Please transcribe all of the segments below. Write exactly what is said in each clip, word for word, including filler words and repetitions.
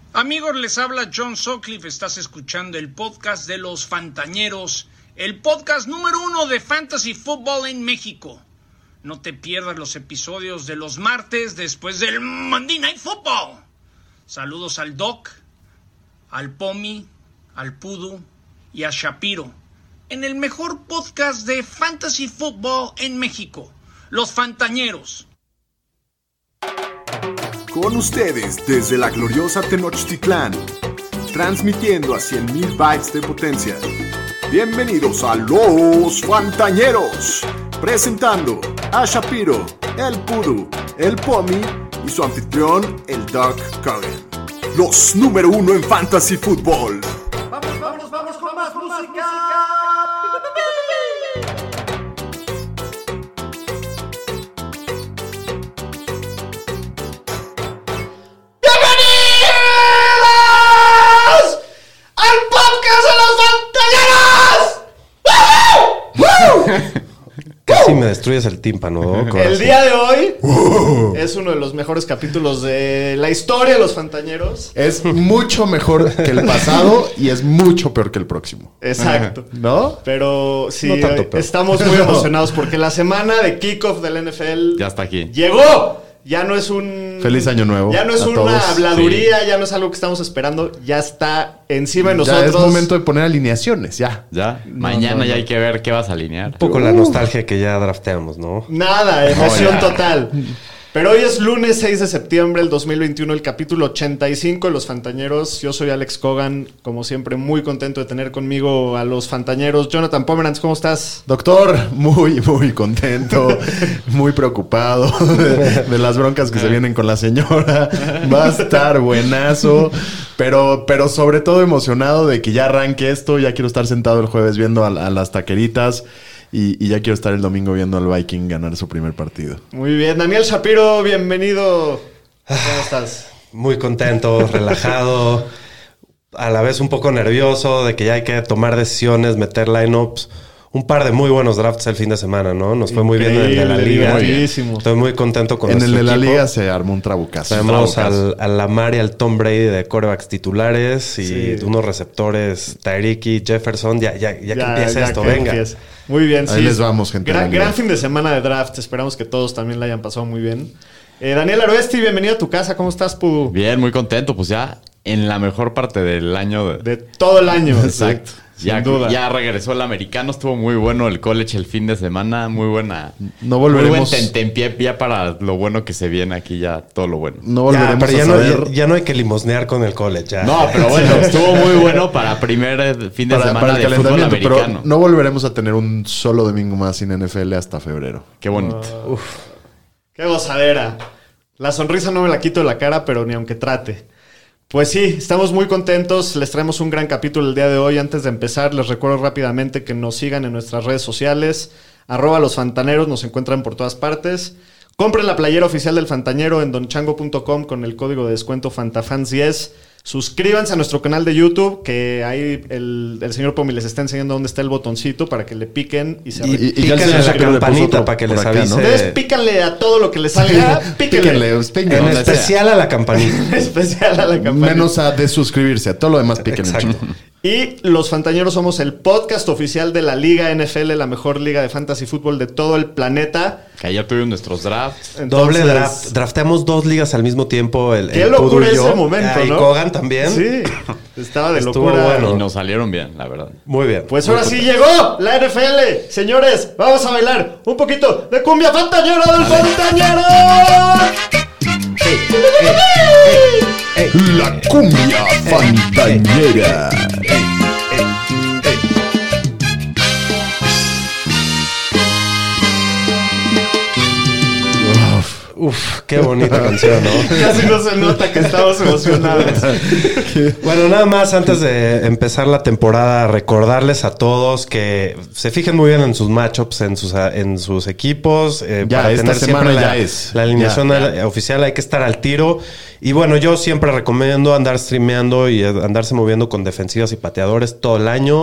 Amigos, les habla John Sutcliffe. Estás escuchando el podcast de Los Fantañeros, el podcast número uno de Fantasy Football en México. No te pierdas los episodios de los martes después del Monday Night Football. Saludos al Doc, al Pomi, al Pudu y a Shapiro en el mejor podcast de Fantasy Football en México, Los Fantañeros. Con ustedes desde la gloriosa Tenochtitlán, transmitiendo a cien mil bytes de potencia. Bienvenidos a Los Fantañeros, presentando a Shapiro, el Pudu, el Pomi y su anfitrión, el Doc Cogan. Los número uno en Fantasy Football. ¡Vamos, vamos, vamos con más música! Casi me destruyes el tímpano, ¿no? El día de hoy uh. es uno de los mejores capítulos de la historia de Los Fantañeros. Es mucho mejor que el pasado y es mucho peor que el próximo. Exacto. ¿No? Pero sí, no tanto peor. Estamos muy emocionados porque la semana de kickoff del N F L ya está aquí. ¡Llegó! Ya no es un... Feliz año nuevo. Ya no es a una todos. habladuría, sí. Ya no es algo que estamos esperando. Ya está encima de ya nosotros. Es momento de poner alineaciones, ya. Ya. No, Mañana no, no. ya hay que ver qué vas a alinear. Un poco uh. la nostalgia que ya drafteamos, ¿no? Nada, emoción Oh, total. Pero hoy es lunes seis de septiembre del dos mil veintiuno, el capítulo ochenta y cinco de Los Fantañeros. Yo soy Alex Cogan, como siempre muy contento de tener conmigo a Los Fantañeros. Jonathan Pomeranz, ¿cómo estás? Doctor, muy, muy contento, muy preocupado de, de las broncas que se vienen con la señora. Va a estar buenazo, pero, pero sobre todo emocionado de que ya arranque esto. Ya quiero estar sentado el jueves viendo a, a las taqueritas. Y, y ya quiero estar el domingo viendo al Viking ganar su primer partido. Muy bien. Daniel Shapiro, bienvenido. ¿Cómo estás? Muy contento, relajado, a la vez un poco nervioso de que ya hay que tomar decisiones, meter lineups. Un par de muy buenos drafts el fin de semana, ¿no? Nos fue muy bien en el de la liga. Divertidísimo. Estoy muy contento con En el de la equipo. liga se armó un trabucazo. Tenemos trabucazo. al, al Lamar y al Tom Brady de quarterbacks titulares y Sí. unos receptores, Tyreek y Jefferson. Ya, ya, ya, ya que empiece ya esto, que venga. empiece. Muy bien, sí. Ahí les vamos, gente. Gran, de la liga. gran fin de semana de draft. Esperamos que todos también la hayan pasado muy bien. Eh, Daniel Aroesti, bienvenido a tu casa. ¿Cómo estás, Pudu? Bien, muy contento. Pues ya en la mejor parte del año. De... De todo el año. Exacto. Sin Ya, duda. ya regresó el americano. Estuvo muy bueno el college el fin de semana. Muy buena. No volveremos- Muy buen tentempié ya para lo bueno que se viene aquí. Ya todo lo bueno. No Ya, volveremos pero ya a no, saber... ya, ya no hay que limosnear con el college. Ya. No, pero bueno, estuvo muy bueno para primer eh, fin de para, semana para el de fútbol calentamiento, pero americano. no volveremos a tener un solo domingo más sin N F L hasta febrero. Qué bonito. Uh, Qué gozadera. La sonrisa no me la quito de la cara, pero ni aunque trate. Pues sí, estamos muy contentos. Les traemos un gran capítulo el día de hoy. Antes de empezar, les recuerdo rápidamente que nos sigan en nuestras redes sociales. Arroba Los Fantaneros, nos encuentran por todas partes. Compren la playera oficial del Fantañero en donchango punto com con el código de descuento Fantafans diez. Suscríbanse a nuestro canal de YouTube, que ahí el, el señor Pomi les está enseñando dónde está el botoncito para que le piquen y se Y, Y- y pícanle ya el a la Shapiro le puso campanita otro para que por les acá, ¿no? avise. Ustedes pícanle a todo lo que les salga. Píquenle. Píquenle, píquenle. En Donde especial a la campanita. Especial a la campaña. Menos a desuscribirse. A todo lo demás píquenle. Exacto. Y Los Fantañeros somos el podcast oficial de la Liga N F L, la mejor liga de fantasy fútbol de todo el planeta. Que ayer tuvimos nuestros drafts. Entonces, Doble draft. Drafteamos dos ligas al mismo tiempo. El, Qué el locura Pudu y yo. ese momento, Ah, y ¿no? Kogan también. Sí, estaba de Estuvo locura. bueno. Y nos salieron bien, la verdad. Muy bien. Pues Muy ahora sí contento. llegó la N F L. Señores, vamos a bailar un poquito de cumbia fantañera del Fantañero. La cumbia fantañera. Uf, qué bonita canción, ¿no? Casi no se nota que estamos emocionados. Bueno, nada más antes de empezar la temporada, recordarles a todos que se fijen muy bien en sus matchups, en sus, en sus equipos. Eh, Ya, para esta tener semana siempre ya la, es. la alineación Ya, ya. oficial, hay que estar al tiro. Y bueno, yo siempre recomiendo andar streameando y andarse moviendo con defensivas y pateadores todo el año,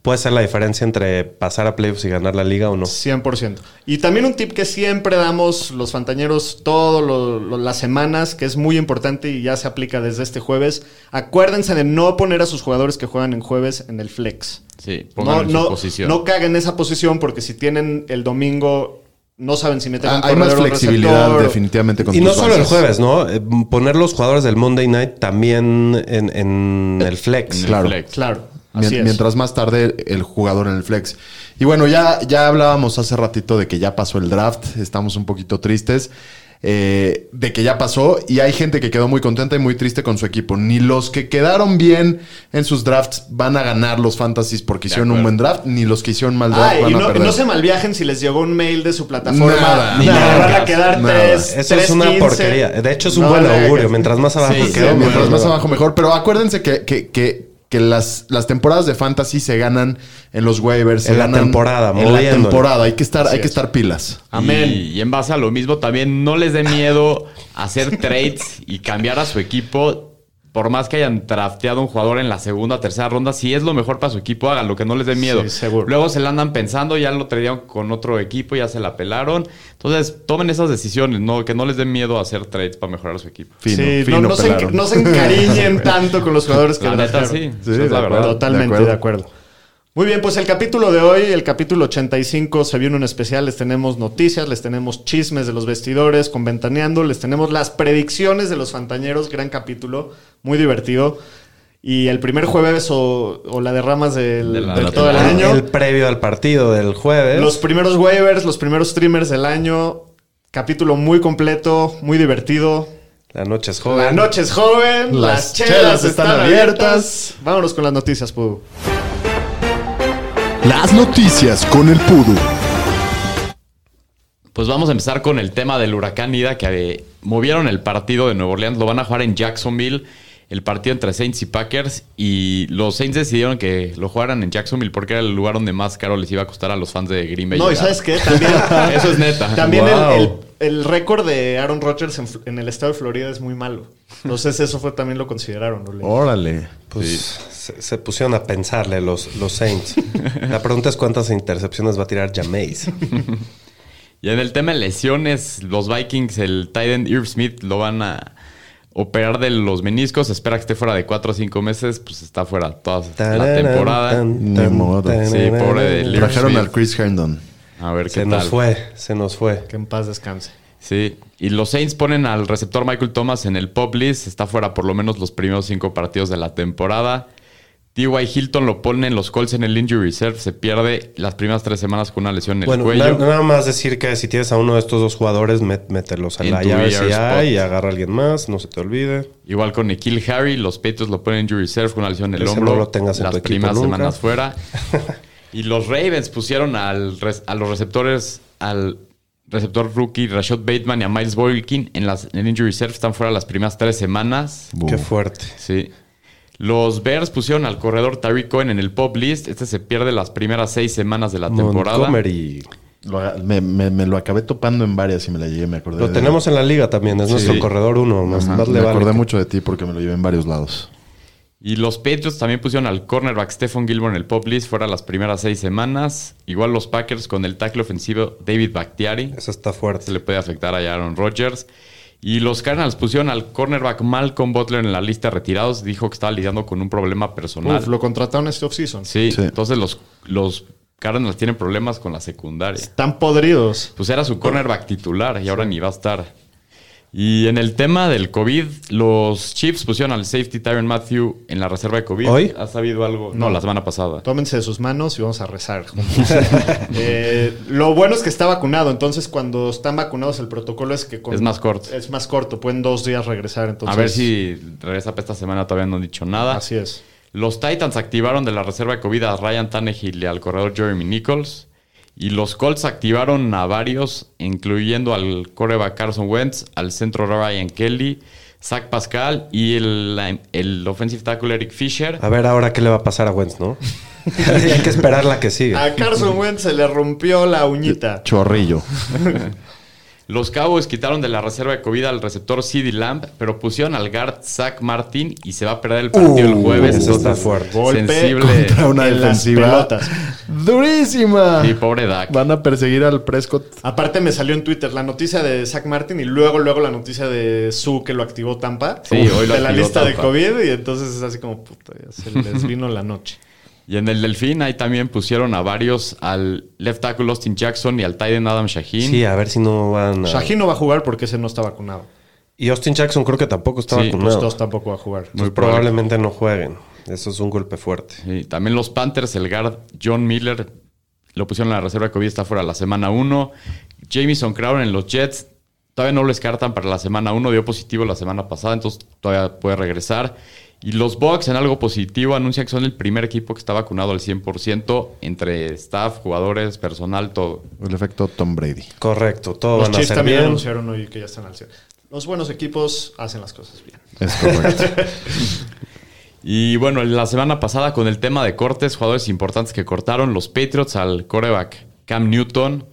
puede ser la diferencia entre pasar a playoffs y ganar la liga o no. cien por ciento. Y también un tip que siempre damos los fantañeros todas lo, lo, las semanas, que es muy importante y ya se aplica desde este jueves. Acuérdense de no poner a sus jugadores que juegan en jueves en el flex. Sí, pongan no, en no, su posición. No caguen esa posición porque si tienen el domingo... No saben si meter un Hay más corredor, flexibilidad receptor. definitivamente con Y tus no solo el bases. jueves, ¿no? Eh, Poner los jugadores del Monday Night también en, en el flex. En el Claro. flex. Claro, Mien- así es. Mientras más tarde el jugador en el flex. Y bueno, ya, ya hablábamos hace ratito de que ya pasó el draft. Estamos un poquito tristes. Eh, de que ya pasó. Y hay gente que quedó muy contenta y muy triste con su equipo. Ni los que quedaron bien en sus drafts van a ganar los fantasies porque hicieron un buen draft. Ni los que hicieron mal draft Ah, van y a no, perder. no se malviajen si les llegó un mail de su plataforma. Nada, ni nada, le van a quedar nada. tres. Eso es una porquería. De hecho, es un buen augurio. Mientras más abajo Sí, Sí, quedó, mientras mejor. más abajo mejor. Pero acuérdense que, que, que, que las, las temporadas de fantasy se ganan en los waivers. se En la ganan temporada, En la moviéndole. temporada. Hay que estar, hay es. que estar pilas. Amén. Y, y en base a lo mismo, también no les dé miedo hacer trades y cambiar a su equipo. Por más que hayan drafteado un jugador en la segunda o tercera ronda, si es lo mejor para su equipo, háganlo, que no les dé miedo. Sí, seguro. Luego se la andan pensando, ya lo traían con otro equipo, ya se la pelaron. Entonces, tomen esas decisiones, ¿no? Que no les den miedo a hacer trades para mejorar su equipo. Fino, sí, fino no, no, se, pelaron. enc- no se encariñen tanto con los jugadores que La neta, draftearon. sí. Sí, Esa es de la acuerdo. verdad. Totalmente De de acuerdo. acuerdo. Muy bien, pues el capítulo de hoy, el capítulo ochenta y cinco, se viene un especial. Les tenemos noticias, les tenemos chismes de los vestidores, con Ventaneando, les tenemos las predicciones de los fantañeros. Gran capítulo, muy divertido. Y el primer jueves o, o la de ramas del, De la- del la todo el temporada. año. El previo al partido del jueves. Los primeros waivers, los primeros streamers del año. Capítulo muy completo, muy divertido. La noche es joven. La noche es joven, las, Las chelas, chelas están, están abiertas. abiertas. Vámonos con las noticias, Pudu. Las noticias con el Pudu. Pues vamos a empezar con el tema del huracán Ida, que eh, movieron el partido de Nueva Orleans. Lo van a jugar en Jacksonville, el partido entre Saints y Packers. Y los Saints decidieron que lo jugaran en Jacksonville porque era el lugar donde más caro les iba a costar a los fans de Green Bay. No, y llegar. ¿sabes qué? También, Eso es neta. También Wow. el, el- el récord de Aaron Rodgers en, en el estado de Florida es muy malo. Entonces eso fue también lo consideraron. ¿No? Órale. Pues se, se pusieron a pensarle los, los Saints. La pregunta es cuántas intercepciones va a tirar Jameis. Y en el tema de lesiones, los Vikings, el tight end Irv Smith lo van a operar de los meniscos. Se espera que esté fuera de cuatro o cinco meses. Pues está fuera toda la temporada. Ni modo. Sí, pobre de Irv Trajeron Smith. al Chris Herndon. A ver qué Se tal. nos fue, se nos fue. Que en paz descanse. Sí, y los Saints ponen al receptor Michael Thomas en el pop list. Está fuera por lo menos los primeros cinco partidos de la temporada. T Y. Hilton lo ponen los Colts en el injury reserve. Se pierde las primeras tres semanas con una lesión en el Bueno, cuello. na- nada más decir que si tienes a uno de estos dos jugadores, met- mételos a En la tu I R I R C spot. I y agarra a alguien más, no se te olvide. Igual con Nikhil Harry, los Patriots lo ponen en injury reserve con una lesión en el Ese hombro. no lo tengas en las tu equipo primeras nunca. semanas fuera. Y los Ravens pusieron al res- a los receptores, al receptor rookie Rashad Bateman y a Miles Boykin en las en injury reserve. Están fuera las primeras tres semanas. Qué fuerte. Sí. Los Bears pusieron al corredor Tariq Cohen en el pop list. Este se pierde las primeras seis semanas de la temporada. Montgomery. Lo aga- me, me- me lo acabé topando en varias y me la llegué, me acordé. Lo de- tenemos en la liga también, es Sí. nuestro corredor uno. Más, más le Me vale acordé que- mucho de ti porque me lo llevé en varios lados. Y los Patriots también pusieron al cornerback Stephon Gilmore en el pop list fuera las primeras seis semanas. Igual los Packers con el tackle ofensivo David Bakhtiari. Eso está fuerte. Se le puede afectar a Aaron Rodgers. Y los Cardinals pusieron al cornerback Malcolm Butler en la lista de retirados. Dijo que estaba lidiando con un problema personal. Uf, lo contrataron este offseason. Sí, Sí. entonces los, los Cardinals tienen problemas con la secundaria. Están podridos. Pues era su cornerback titular y ahora ni va a estar. Y en el tema del COVID, los Chiefs pusieron al safety Tyrann Matthew en la reserva de COVID. ¿Hoy? ¿Has sabido algo? No, la semana pasada. Tómense de sus manos y vamos a rezar. Eh, lo bueno es que está vacunado. Entonces, cuando están vacunados, el protocolo es que... con- Es más corto. Es más corto. Pueden dos días regresar. Entonces, A ver si regresa para esta semana, todavía no han dicho nada. Así es. Los Titans activaron de la reserva de COVID a Ryan Tannehill y al corredor Jeremy Nichols. Y los Colts activaron a varios, incluyendo al quarterback Carson Wentz, al centro Ryan Kelly, Zach Pascal y el, el offensive tackle Eric Fisher. A ver ahora qué le va a pasar a Wentz, ¿no? Hay que esperar la que sigue. A Carson Wentz se le rompió la uñita. Chorrillo. Los Cowboys quitaron de la reserva de COVID al receptor CeeDee Lamb, pero pusieron al guard Zach Martin y se va a perder el partido Uh, el jueves. eso está Entonces, fuerte. Golpe sensible. Contra una en las defensiva pelotas. durísima. Sí, pobre Dak. Van a perseguir al Prescott. Aparte me salió en Twitter la noticia de Zach Martin y luego, luego la noticia de Sue que lo activó Tampa. Sí, Uf, hoy lo de la activó lista de Tampa. COVID y entonces es así como, puta, ya se les vino la noche. Y en el Delfín ahí también pusieron a varios, al left tackle Austin Jackson y al tight end Adam Shaheen. Sí, a ver si no van a... Shaheen no va a jugar porque ese no está vacunado. Y Austin Jackson creo que tampoco está Sí, vacunado. Pues dos tampoco va a jugar. Muy probablemente no jueguen. Eso es un golpe fuerte. Sí, también los Panthers, el guard John Miller, lo pusieron en la reserva de COVID, está fuera la semana uno. Jamison Crowder en los Jets, todavía no lo descartan para la semana uno, dio positivo la semana pasada, entonces todavía puede regresar. Y los Bucks, en algo positivo, anuncian que son el primer equipo que está vacunado al cien por ciento entre staff, jugadores, personal, todo. El efecto Tom Brady. Correcto, todo Los van a Chiefs ser también bien. anunciaron hoy que ya están al cien. Los buenos equipos hacen las cosas bien. Es correcto. Y bueno, la semana pasada con el tema de cortes, jugadores importantes que cortaron, los Patriots al quarterback Cam Newton,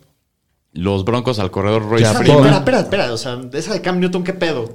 los Broncos al corredor Royce Ya, Freeman. Espera, espera, espera. O sea, esa de Cam Newton, ¿qué pedo?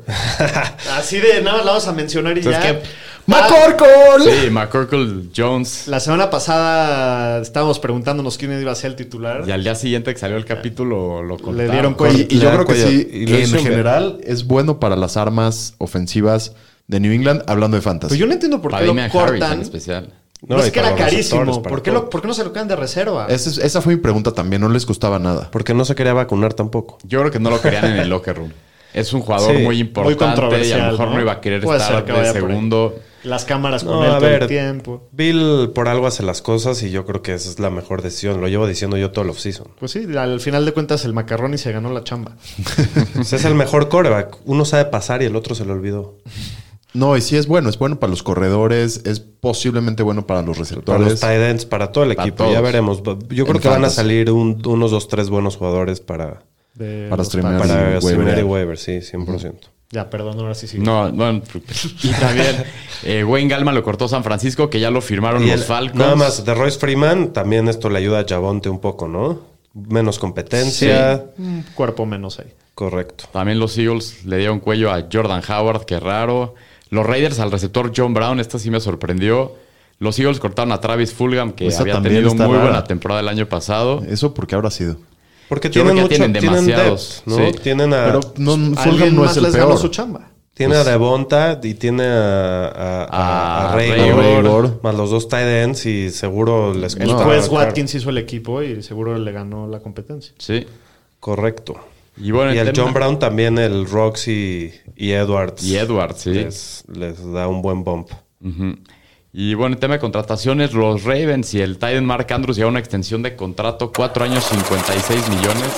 Así de nada más la vamos a mencionar y Entonces, ya. ¿qué? ¡McCorkle! Sí, McCorkle Jones. La semana pasada estábamos preguntándonos quién iba a ser el titular. Y al día siguiente que salió el capítulo lo contaron. dieron cuello. Y, y Le yo dan creo que cuello. sí, Y que lo en hizo bien. general es bueno para las armas ofensivas de New England, hablando de fantasy. Pues yo no entiendo por Para qué lo Damian Harris en cortan. especial. No, No, es y que para era los receptores, carísimo. para ¿Por qué, todo. lo, ¿Por qué no se lo quedan de reserva? Esa, es- esa fue mi pregunta también, no les costaba nada. Porque no se quería vacunar tampoco. Yo creo que no lo querían en el locker room. Es un jugador Sí, muy importante y a controversial, lo mejor ¿no? no, iba a querer Puede estar ser que de vaya por ahí. segundo. Las cámaras con No, él a todo ver. el tiempo. Bill por algo hace las cosas y yo creo que esa es la mejor decisión. Lo llevo diciendo yo todo el offseason. Pues sí, al final de cuentas el macarrón se ganó la chamba. Pues es el mejor quarterback. Uno sabe pasar y el otro se lo olvidó. No, y sí es bueno, es bueno para los corredores, es posiblemente bueno para los Para los receptores. tight ends, para todo el Para equipo. todos. Ya veremos. Yo creo En que van a fantasy. salir un- unos dos, tres buenos jugadores para, De Para los streamear. Pats. para y streamer waiver. y waiver. Sí, cien por ciento. Ya, perdón, ahora sí sí. No, bueno. Y también eh, Wayne Gallman lo cortó San Francisco, que ya lo firmaron Y los el- Falcons. Nada más, de Royce Freeman, también esto le ayuda a Javonte un poco, ¿no? Menos competencia. Un cuerpo menos ahí. Correcto. También los Eagles le dieron cuello a Jordan Howard, qué raro. Los Raiders al receptor John Brown, esta sí me sorprendió. Los Eagles cortaron a Travis Fulgham, que Esa había también tenido está muy rara. buena temporada el año pasado. Eso porque habrá sido. Porque Yo tienen creo que ya mucho, tienen tienen demasiados, depth, ¿no? sí. Tienen a, Pero no, Alguien Fulham no más es el les ganó peor. su chamba. tiene a Devonta y tiene a, a, a, A a Raygor, Raygor. más los dos tight ends y seguro les El cuesta juez marcar. Watkins hizo el equipo y seguro le ganó la competencia. Sí. Correcto. Y bueno, Y el tema- John Brown también, el Roxy y Edwards. Y Edwards, sí. Les, les da un buen bump. Ujú. Y bueno, en tema de contrataciones, los Ravens y el Titan Mark Andrews llevan una extensión de contrato, cuatro años, cincuenta y seis millones.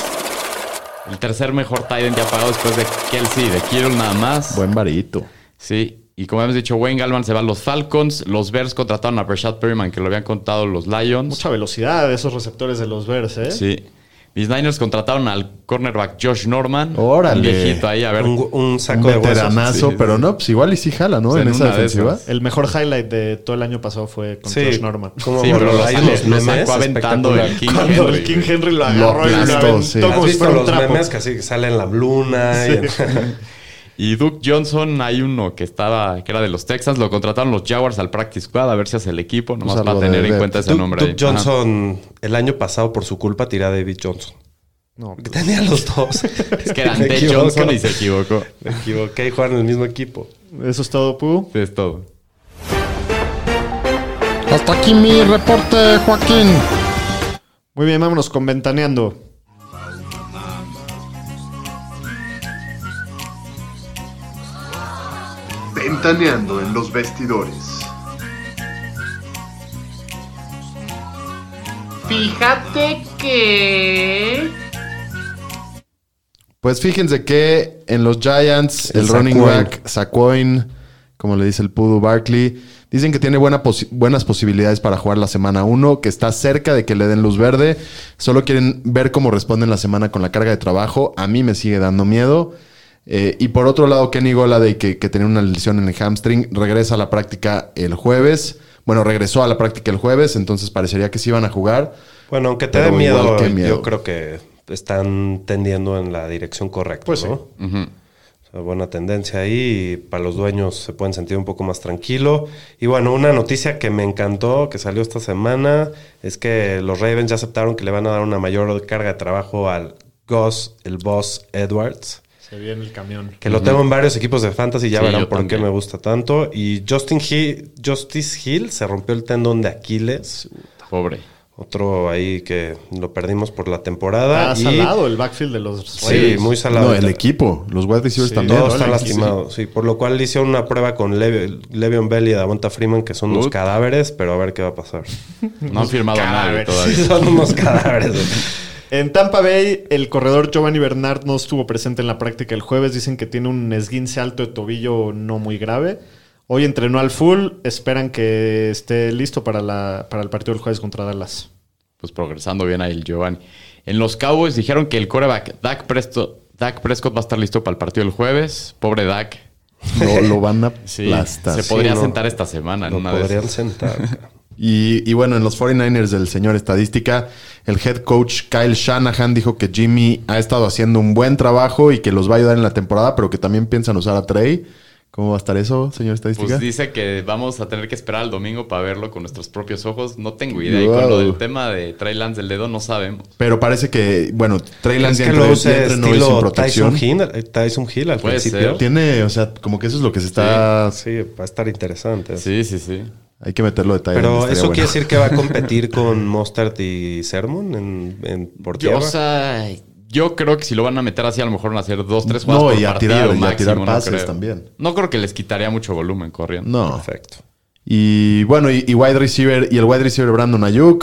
El tercer mejor Titan ya pagado después de Kelsey y de Kittle nada más. Buen varito. Sí, y como hemos dicho, Wayne Gallman se va a los Falcons. Los Bears contrataron a Rashad Perryman, que lo habían contado los Lions. Mucha velocidad de esos receptores de los Bears, ¿eh? Sí. Mis Niners contrataron al cornerback Josh Norman. Órale. Un viejito ahí, a ver. Un, un Un saco de huesos. veteranazo, sí, pero sí. no, pues igual y sí jala, ¿no? Pues en en esa una de defensiva. esas. El mejor highlight de todo el año pasado fue con Sí, Josh Norman. como Sí, pero lo, hay sale- unos lo memes sacó aventando el espectacular. King Cuando Henry. el King Henry lo Lo agarró y lo aplastó, aventó sí. como ¿Has si visto fuera un los trapo. memes que así que sale en la luna? y- Y Duke Johnson, hay uno que estaba, que era de los Texans, lo contrataron los Jaguars al Practice Squad a ver si hace el equipo, nomás Pues para algo de tener en depth. cuenta ese Duke, nombre Duke ahí. Ajá. Johnson, el año pasado, por su culpa, tiré a David Johnson. No, Que tenía los dos. Es que eran Me Ted equivoco. Johnson y se equivocó. Me equivoqué y jugaron en el mismo equipo. eso es todo, Pu. Es todo. Hasta aquí mi reporte, Joaquín. Muy bien, vámonos con Ventaneando. Ventaneando en los vestidores. Fíjate que... Pues fíjense que en los Giants, el, El running Saquon. back, Saquon, como le dice el Pudu Barkley, dicen que tiene buena posi- buenas posibilidades para jugar la semana uno, que está cerca de que le den luz verde. Solo quieren ver cómo responden la semana con la carga de trabajo. A mí me sigue dando miedo. Eh, y por otro lado, Kenny Golladay, que, que tenía una lesión en el hamstring, regresa a la práctica el jueves. Bueno, regresó a la práctica el jueves, entonces parecería que sí iban a jugar. Bueno, aunque te Pero dé miedo, igual, qué miedo. yo creo que están tendiendo en la dirección correcta, Pues ¿no? sí. Ujú. O sea, buena tendencia ahí y para los dueños se pueden sentir un poco más tranquilo. Y bueno, una noticia que me encantó, que salió esta semana, es que los Ravens ya aceptaron que le van a dar una mayor carga de trabajo al Gus, el boss Edwards. Se viene el camión. Que lo tengo en varios equipos de fantasy, ya Sí, verán yo por también. qué me gusta tanto. Y Justin Hill, Justice Hill se rompió el tendón de Aquiles. Pobre. Otro ahí que lo perdimos por la temporada. Está y salado el backfield de los Sí, Ravens. muy salado. No, el equipo. Los wide receivers Sí, también. Todos Todo están el equipo, lastimados, sí. Por lo cual hicieron una prueba con Lev- Le'Veon Bell y Davonta Freeman, que son unos Ut. cadáveres, pero a ver qué va a pasar. No han firmado a nadie Cadáveres. Sí, todavía. son unos cadáveres. güey. En Tampa Bay, el corredor Giovanni Bernard no estuvo presente en la práctica el jueves. Dicen que tiene un esguince alto de tobillo no muy grave. Hoy entrenó al full. Esperan que esté listo para, la, para el partido del jueves contra Dallas. Pues progresando bien ahí el Giovanni. En los Cowboys dijeron que el quarterback Dak Prescott, Dak Prescott va a estar listo para el partido del jueves. Pobre Dak. Lo, lo van a Sí, aplastar. se Sí, podría no. sentar esta semana en Lo una de podrían esas. sentar. cara. Y, y bueno, en los cuarenta y nueve ers del señor estadística, el head coach Kyle Shanahan dijo que Jimmy ha estado haciendo un buen trabajo y que los va a ayudar en la temporada, pero que también piensan usar a Trey. ¿Cómo va a estar eso, señor estadística? Pues dice que vamos a tener que esperar al domingo para verlo con nuestros propios ojos. No tengo idea. Y Wow. con lo del tema de Trey Lance del dedo no sabemos. Pero parece que, bueno, Trey ¿Es Lance que ya lo entró- use ya entrenó hoy sin estilo protección. Tyson Hill, eh, Tyson Hill al Puede principio? ser. Tiene, o sea, como que eso es lo que se está... Sí, va a estar interesante. Sí, sí, sí. Hay que meterlo de Tyler. Pero eso quiere decir que va a competir con Mostert y Sermon en, en por Yo, tierra. o sea, yo creo que si lo van a meter así, a lo mejor van a hacer dos, tres jugadas No, por y a partido tirar- y a máximo, tirar no pases creo. también. No creo que les quitaría mucho volumen corriendo. No. Perfecto. Y bueno, y, y wide receiver, y el wide receiver Brandon Ayuk.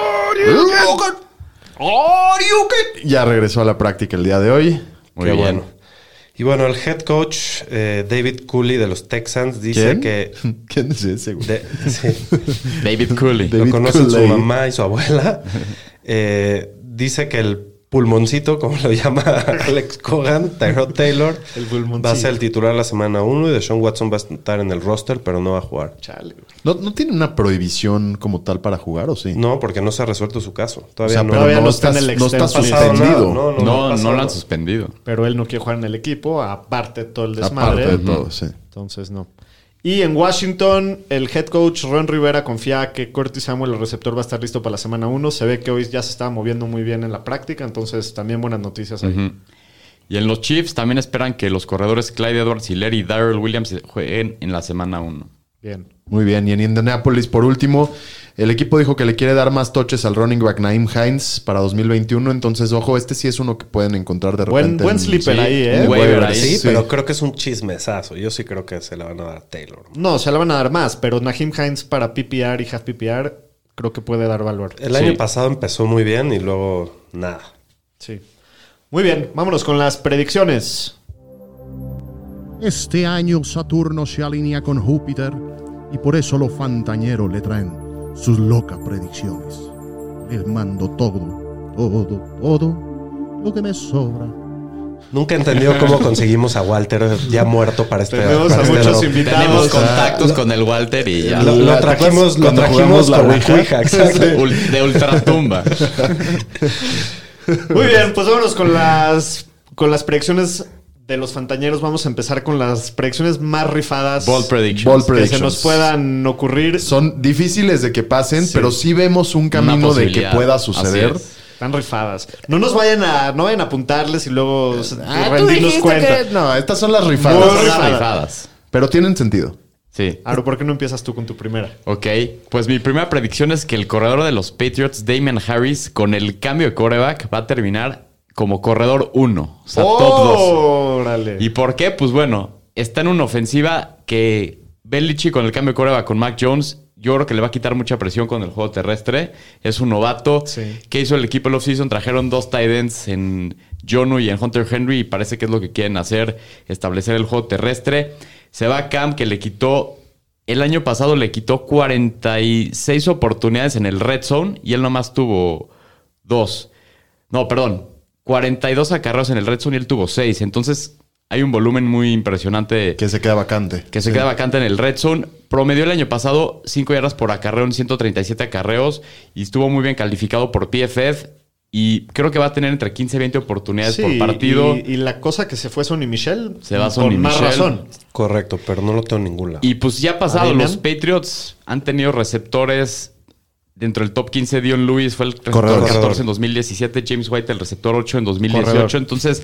Ya regresó a la práctica el día de hoy. Muy Qué bien. bueno. Y bueno, el head coach eh, David Cooley de los Texans dice ¿Quién? que... ¿Quién es ese, güey? de- sí. David Cooley. David Lo conocen Cooley. su mamá y su abuela. Eh, dice que el pulmoncito, como lo llama Alex Cogan, Tyrod Taylor, El pulmoncito. va a ser el titular la semana uno y Deshaun Watson va a estar en el roster, pero no va a jugar. Chale, güey. ¿No, ¿No tiene una prohibición como tal para jugar o sí? No, porque no se ha resuelto su caso. O Todavía sea, no. pero Todavía no, no está está, en el no está extenso. pasado suspendido. nada, no, no, No, no ha no, pasado lo han nada. suspendido. Pero él no quiere jugar en el equipo, aparte de todo el desmadre. Aparte de todo, sí. Entonces, no. Y en Washington, el head coach Ron Rivera confía que Curtis Samuel, el receptor, va a estar listo para la semana uno. Se ve que hoy ya se estaba moviendo muy bien en la práctica, entonces también buenas noticias ahí. Ujú. Y en los Chiefs también esperan que los corredores Clyde Edwards-Helaire y Darrell Williams jueguen en la semana uno. Bien. Muy bien. Y en Indianapolis, por último, el equipo dijo que le quiere dar más touches al running back Naeem Hines para dos mil veintiuno. Entonces, ojo, este sí es uno que pueden encontrar de Buen, repente. buen en- sleeper sí, ahí, ¿eh? un Buen- waiver ahí. Sí, Sí. pero creo que es un chismesazo. Yo sí creo que se le van a dar a Taylor. No, se la van a dar más, pero Naheem Hines para P P R y half P P R creo que puede dar valor. El Sí. año pasado empezó muy bien y luego nada. Sí. Muy bien, vámonos con las predicciones. Este año Saturno se alinea con Júpiter y por eso los fantañeros le traen sus locas predicciones. Les mando todo, todo, todo lo que me sobra. Nunca he entendido cómo conseguimos a Walter ya muerto para este Tenemos para a este muchos drop. invitados. Tenemos o sea, contactos con el Walter y ya. Lo, lo La- trajimos, lo cuando trajimos jugamos la con la Ouija. Ouija, exacto. Ul- de ultratumba. Muy bien, pues vámonos con las, con las predicciones de los fantañeros. Vamos a empezar con las predicciones más rifadas Bold predictions. Bold que predictions. se nos puedan ocurrir. Son difíciles de que pasen, Sí. pero sí vemos un Una camino de que posibilidad. pueda Así suceder. es. Están rifadas. No nos vayan a, no vayan a apuntarles y luego Ah, tú rendirnos dijiste cuenta. que- No, estas son las Muy rifadas. Son las rifadas. rifadas. Pero tienen sentido. Sí. Aro, ¿por qué no empiezas tú con tu primera? Ok, pues mi primera predicción es que el corredor de los Patriots, Damian Harris, con el cambio de quarterback, va a terminar como corredor uno. O sea, top dos. ¡Órale! ¿Y por qué? Pues bueno, está en una ofensiva que Belichick con el cambio de quarterback con Mac Jones, yo creo que le va a quitar mucha presión con el juego terrestre. Es un novato. Sí. ¿Qué hizo el equipo el offseason? Trajeron dos tight ends en Jonnu y en Hunter Henry y parece que es lo que quieren hacer, establecer el juego terrestre. Se va Cam, que le quitó, el año pasado le quitó cuarenta y seis oportunidades en el red zone y él nomás tuvo dos. No, perdón, cuarenta y dos acarreos en el red zone y él tuvo seis. Entonces hay un volumen muy impresionante Que se queda vacante. que se Sí. queda vacante en el red zone. Promedió el año pasado cinco yardas por acarreo en ciento treinta y siete acarreos y estuvo muy bien calificado por P F F. Y creo que va a tener entre quince y veinte oportunidades Sí, por partido. Y, y la cosa que se fue Sonny Michel. Se va con Sonny más Michel. razón. Correcto, pero no lo tengo en ningún lado. Y pues ya ha pasado, Adrian. los Patriots han tenido receptores dentro del top quince. Dion Lewis fue el receptor Corredor. catorce en dos mil diecisiete. James White el receptor ocho en dos mil dieciocho. Corredor. Entonces,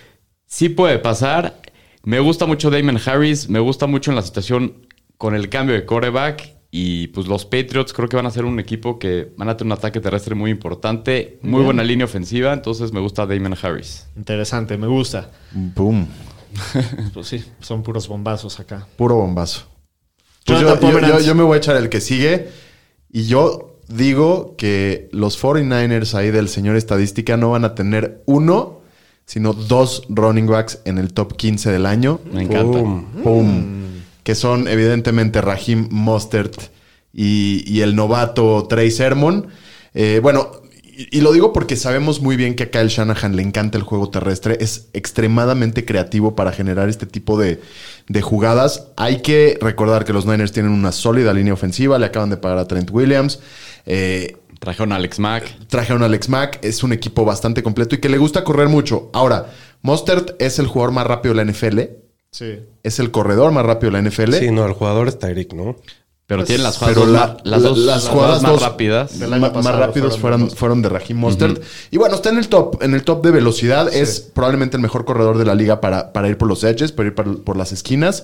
sí puede pasar. Me gusta mucho Damon Harris. Me gusta mucho en la situación con el cambio de quarterback. Y pues los Patriots creo que van a ser un equipo que van a tener un ataque terrestre muy importante. Muy Bien. buena línea ofensiva. Entonces me gusta Damon Harris. Interesante, me gusta. Boom. Pues sí, son puros bombazos acá. Puro bombazo. Pues Jonathan yo, yo- Pomeranz. yo- yo me voy a echar el que sigue. Y yo digo que los cuarenta y nueve ers ahí del señor estadística no van a tener uno, sino dos running backs en el top quince del año. Me encanta. Boom. Pum. Que son evidentemente Raheem Mostert y, y el novato Trey Sermon. Eh, bueno, y, y lo digo porque sabemos muy bien que a Kyle Shanahan le encanta el juego terrestre. Es extremadamente creativo para generar este tipo de, de jugadas. Hay que recordar que los Niners tienen una sólida línea ofensiva. Le acaban de pagar a Trent Williams. Eh, Trajeron a Alex Mack. Trajeron a Alex Mack. Es un equipo bastante completo y que le gusta correr mucho. Ahora, Mostert es el jugador más rápido de la N F L. Sí. Es el corredor más rápido de la N F L. Sí, no, el jugador es Tyreek, ¿no? Pero Pues, tienen las jugadas, pero dos la- más- las la- dos, las las jugadas jugadas más dos- rápidas. Del año Ma- más pasado rápidos fueron fueron, los dos. fueron de Raheem Mostert. Y bueno, está en el top, en el top de velocidad. Es probablemente el mejor corredor de la liga para, para ir por los edges, para ir por, por las esquinas.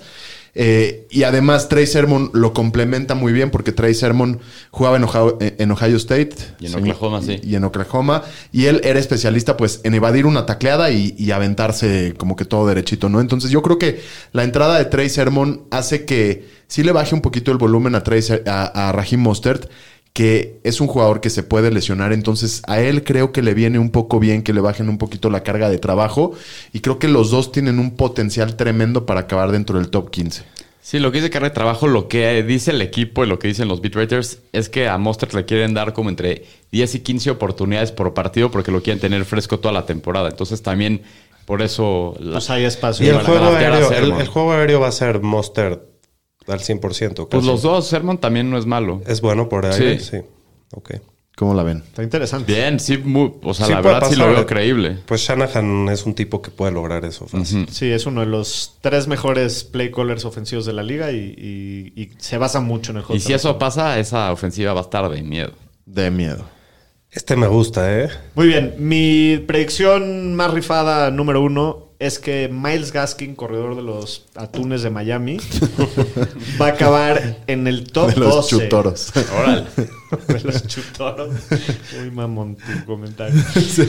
Eh, y además Trey Sermon lo complementa muy bien porque Trey Sermon jugaba en Ohio, en Ohio State. Y en Oklahoma, sí. Y en Oklahoma. Y él era especialista pues en evadir una tacleada y, y aventarse como que todo derechito, ¿no? Entonces yo creo que la entrada de Trey Sermon hace que sí le baje un poquito el volumen a, Trey, Ser- a, a Raheem Mostert, que es un jugador que se puede lesionar. Entonces a él creo que le viene un poco bien que le bajen un poquito la carga de trabajo. Y creo que los dos tienen un potencial tremendo para acabar dentro del top quince. Sí, lo que dice carga de trabajo, lo que dice el equipo y lo que dicen los beat writers es que a Mostert le quieren dar como entre diez y quince oportunidades por partido porque lo quieren tener fresco toda la temporada. Entonces también por eso... la- Pues hay espacio. Y el para juego, draftear a aéreo, el, Sermon. el juego aéreo va a ser Mostert al cien por ciento. Pues casi. los dos, Sermon también no es malo. Es bueno por aire, Sí. sí. Ok. ¿Cómo la ven? Está interesante. Bien, sí, muy- o sea, Sí la puede verdad sí lo pasar. veo creíble. Pues Shanahan es un tipo que puede lograr eso fácil. Ujú. Sí, es uno de los tres mejores play callers ofensivos de la liga y, y- y se basa mucho en el juego. Y si eso pasa, esa ofensiva va a estar de miedo. De miedo. Este me gusta, ¿eh? Muy bien, mi predicción más rifada número uno es que Myles Gaskin, corredor de los Atunes de Miami, va a acabar en el top De los doce. chutoros. Órale. De los chutoros. Muy mamón tu comentario.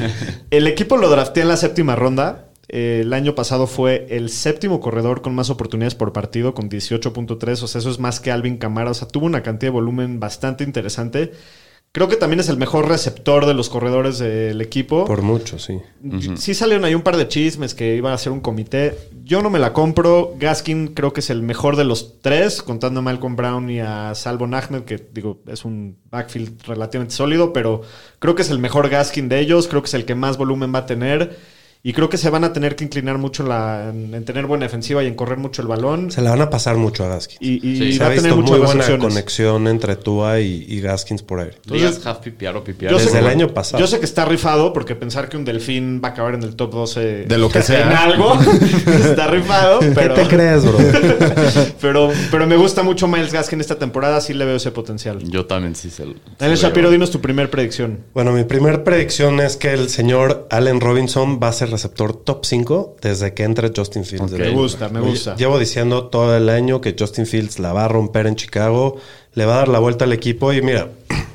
El equipo lo drafté en la séptima ronda. Eh, el año pasado fue el séptimo corredor con más oportunidades por partido, con dieciocho punto tres. O sea, eso es más que Alvin Kamara. O sea, tuvo una cantidad de volumen bastante interesante. Creo que también es el mejor receptor de los corredores del equipo. Por mucho, sí. Sí salieron ahí un par de chismes que iban a ser un comité. Yo no me la compro. Gaskin creo que es el mejor de los tres, contando a Malcolm Brown y a Salvon Ahmed, que digo, es un backfield relativamente sólido, pero creo que es el mejor Gaskin de ellos. Creo que es el que más volumen va a tener. Y creo que se van a tener que inclinar mucho en, la, en, en tener buena defensiva y en correr mucho el balón. Se la van a pasar mucho a Gaskins. Y, y Sí, Se va ha a tener visto muchas muy buena recepciones. conexión entre Tua y, y Gaskins por aire. Ligas half P P R o P P R. Yo sé Desde que- el año pasado. Yo sé que está rifado porque pensar que un delfín va a acabar en el top doce De lo que sea. en algo está rifado, pero, ¿Qué te crees, bro? pero, pero me gusta mucho Myles Gaskin esta temporada, sí le veo ese potencial. Yo también sí se lo... sí Daniel lo Shapiro, veo. dinos tu primer predicción. Bueno, mi primer predicción es que el señor Allen Robinson va a ser receptor top cinco desde que entre Justin Fields. Ok. de Me la gusta, me Oye, gusta. Llevo diciendo todo el año que Justin Fields la va a romper en Chicago, le va a dar la vuelta al equipo y mira,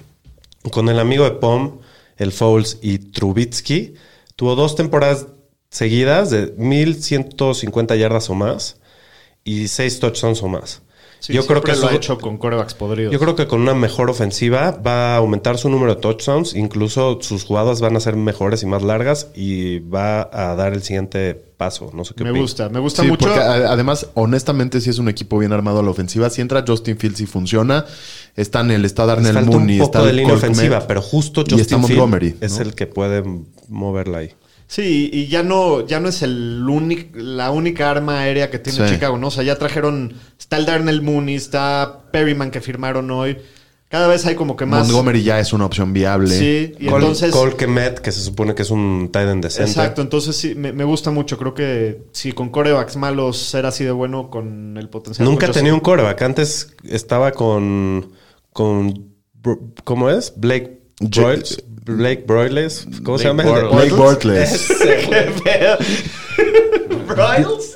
con el amigo de Pom, el Foles y Trubitsky, tuvo dos temporadas seguidas de mil ciento cincuenta yardas o más y seis touchdowns o más. Sí, yo creo siempre que lo eso- ha hecho con quarterbacks podridos. Yo creo que con una mejor ofensiva va a aumentar su número de touchdowns, incluso sus jugadas van a ser mejores y más largas y va a dar el siguiente paso. No sé qué me opinas. gusta, me gusta Sí, mucho. porque a- además, honestamente, sí es un equipo bien armado a la ofensiva. Si entra Justin Fields y funciona, está en el está Les Darnell falta Mooney, un está poco de el línea Colt ofensiva, Kmet, pero justo y está Justin Montgomery, Fields es ¿no? el que puede moverla ahí. Sí, y ya no, ya no es el únic- la única arma aérea que tiene Sí. Chicago, ¿no? O sea, ya trajeron, está el Darnell Mooney, está Perryman que firmaron hoy. Cada vez hay como que más... Montgomery ya es una opción viable. Sí, y Col, entonces... Cole Kmet, que se supone que es un tight end decente. Exacto, entonces sí, me, me gusta mucho. Creo que si con corebacks malos ser así de bueno con el potencial... Nunca muchos- tenía un quarterback. Antes estaba con... con ¿cómo es? Blake Broyles. Blake Broyles. ¿Cómo se llama? Bortles. Blake Bortles. ¿Qué pedo? ¿Broyles?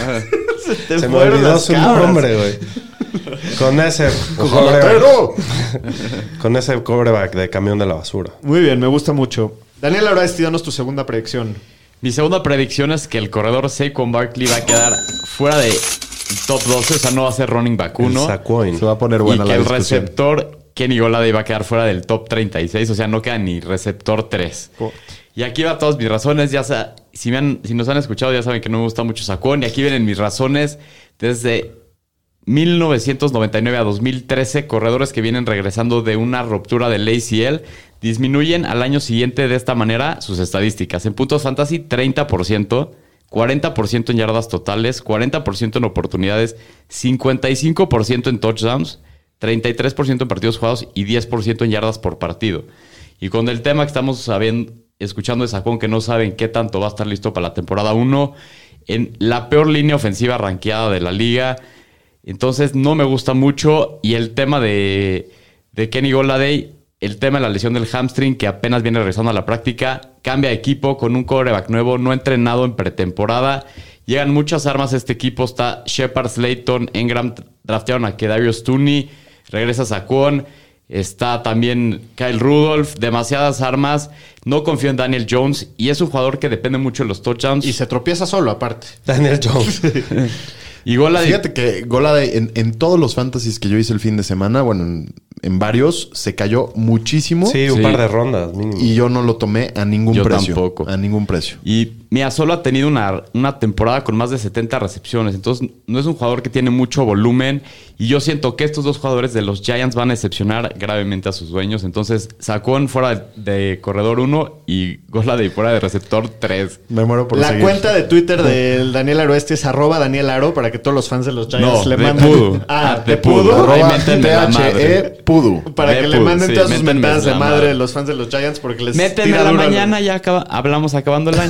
te Se me fueron olvidó las su cabras. nombre, güey. Con ese ¡Jalatero! con ese quarterback de camión de la basura. Muy bien, me gusta mucho. Daniel Araesti, danos tu segunda predicción. Mi segunda predicción es que el corredor Saquon Barkley va a quedar fuera de top doce, o sea, no va a ser running back uno. Saquon. Se va a poner Y buena que la el discusión. receptor Kenny Golladay va a quedar fuera del top treinta y seis, o sea, no queda ni receptor tres. Y aquí va todas mis razones, ya sa- si, me han, si nos han escuchado ya saben que no me gusta mucho Saquon, y aquí vienen mis razones desde mil novecientos noventa y nueve a dos mil trece, corredores que vienen regresando de una ruptura del A C L disminuyen al año siguiente de esta manera sus estadísticas. En puntos fantasy, treinta por ciento, cuarenta por ciento en yardas totales, cuarenta por ciento en oportunidades, cincuenta y cinco por ciento en touchdowns, treinta y tres por ciento en partidos jugados y diez por ciento en yardas por partido. Y con el tema que estamos sabiendo, escuchando de Saquon, que no saben qué tanto va a estar listo para la temporada uno, en la peor línea ofensiva rankeada de la liga. Entonces no me gusta mucho. Y el tema de, de Kenny Golladay, el tema de la lesión del hamstring, que apenas viene regresando a la práctica, cambia de equipo con un quarterback nuevo, no entrenado en pretemporada. Llegan muchas armas a este equipo. Está Shepard, Slayton, Engram, draftearon a Kadarius Toney, regresa Saquon, está también Kyle Rudolph, demasiadas armas. No confío en Daniel Jones y es un jugador que depende mucho de los touchdowns. Y se tropieza solo, aparte. Daniel Jones. Y Golladay, Fíjate que Golladay en, en todos los fantasies que yo hice el fin de semana, bueno, en, en varios, se cayó muchísimo. Sí, un Sí. par de rondas mínimo. Y yo no lo tomé a ningún Yo precio. tampoco. A ningún precio. Y mira, solo ha tenido una, una temporada con más de setenta recepciones. Entonces, no es un jugador que tiene mucho volumen. Y yo siento que estos dos jugadores de los Giants van a decepcionar gravemente a sus dueños. Entonces, Saquon fuera de, de corredor uno y Golladay fuera de receptor tres. Me muero por La seguir. cuenta de Twitter del Daniel Aroeste es arroba Daniel Aro para que todos los fans de los Giants No, le de manden. Pudu. Ah, Ah, de de Pudu. Pudu. Arroba Ay, méntenme la T H E madre. Pudu. Para De que le Pudu, manden sí, todas sus métanme mentadas de la madre madre. de los fans de los Giants porque les Méteme tira a la duro al- mañana, ya acaba- hablamos acabando el año.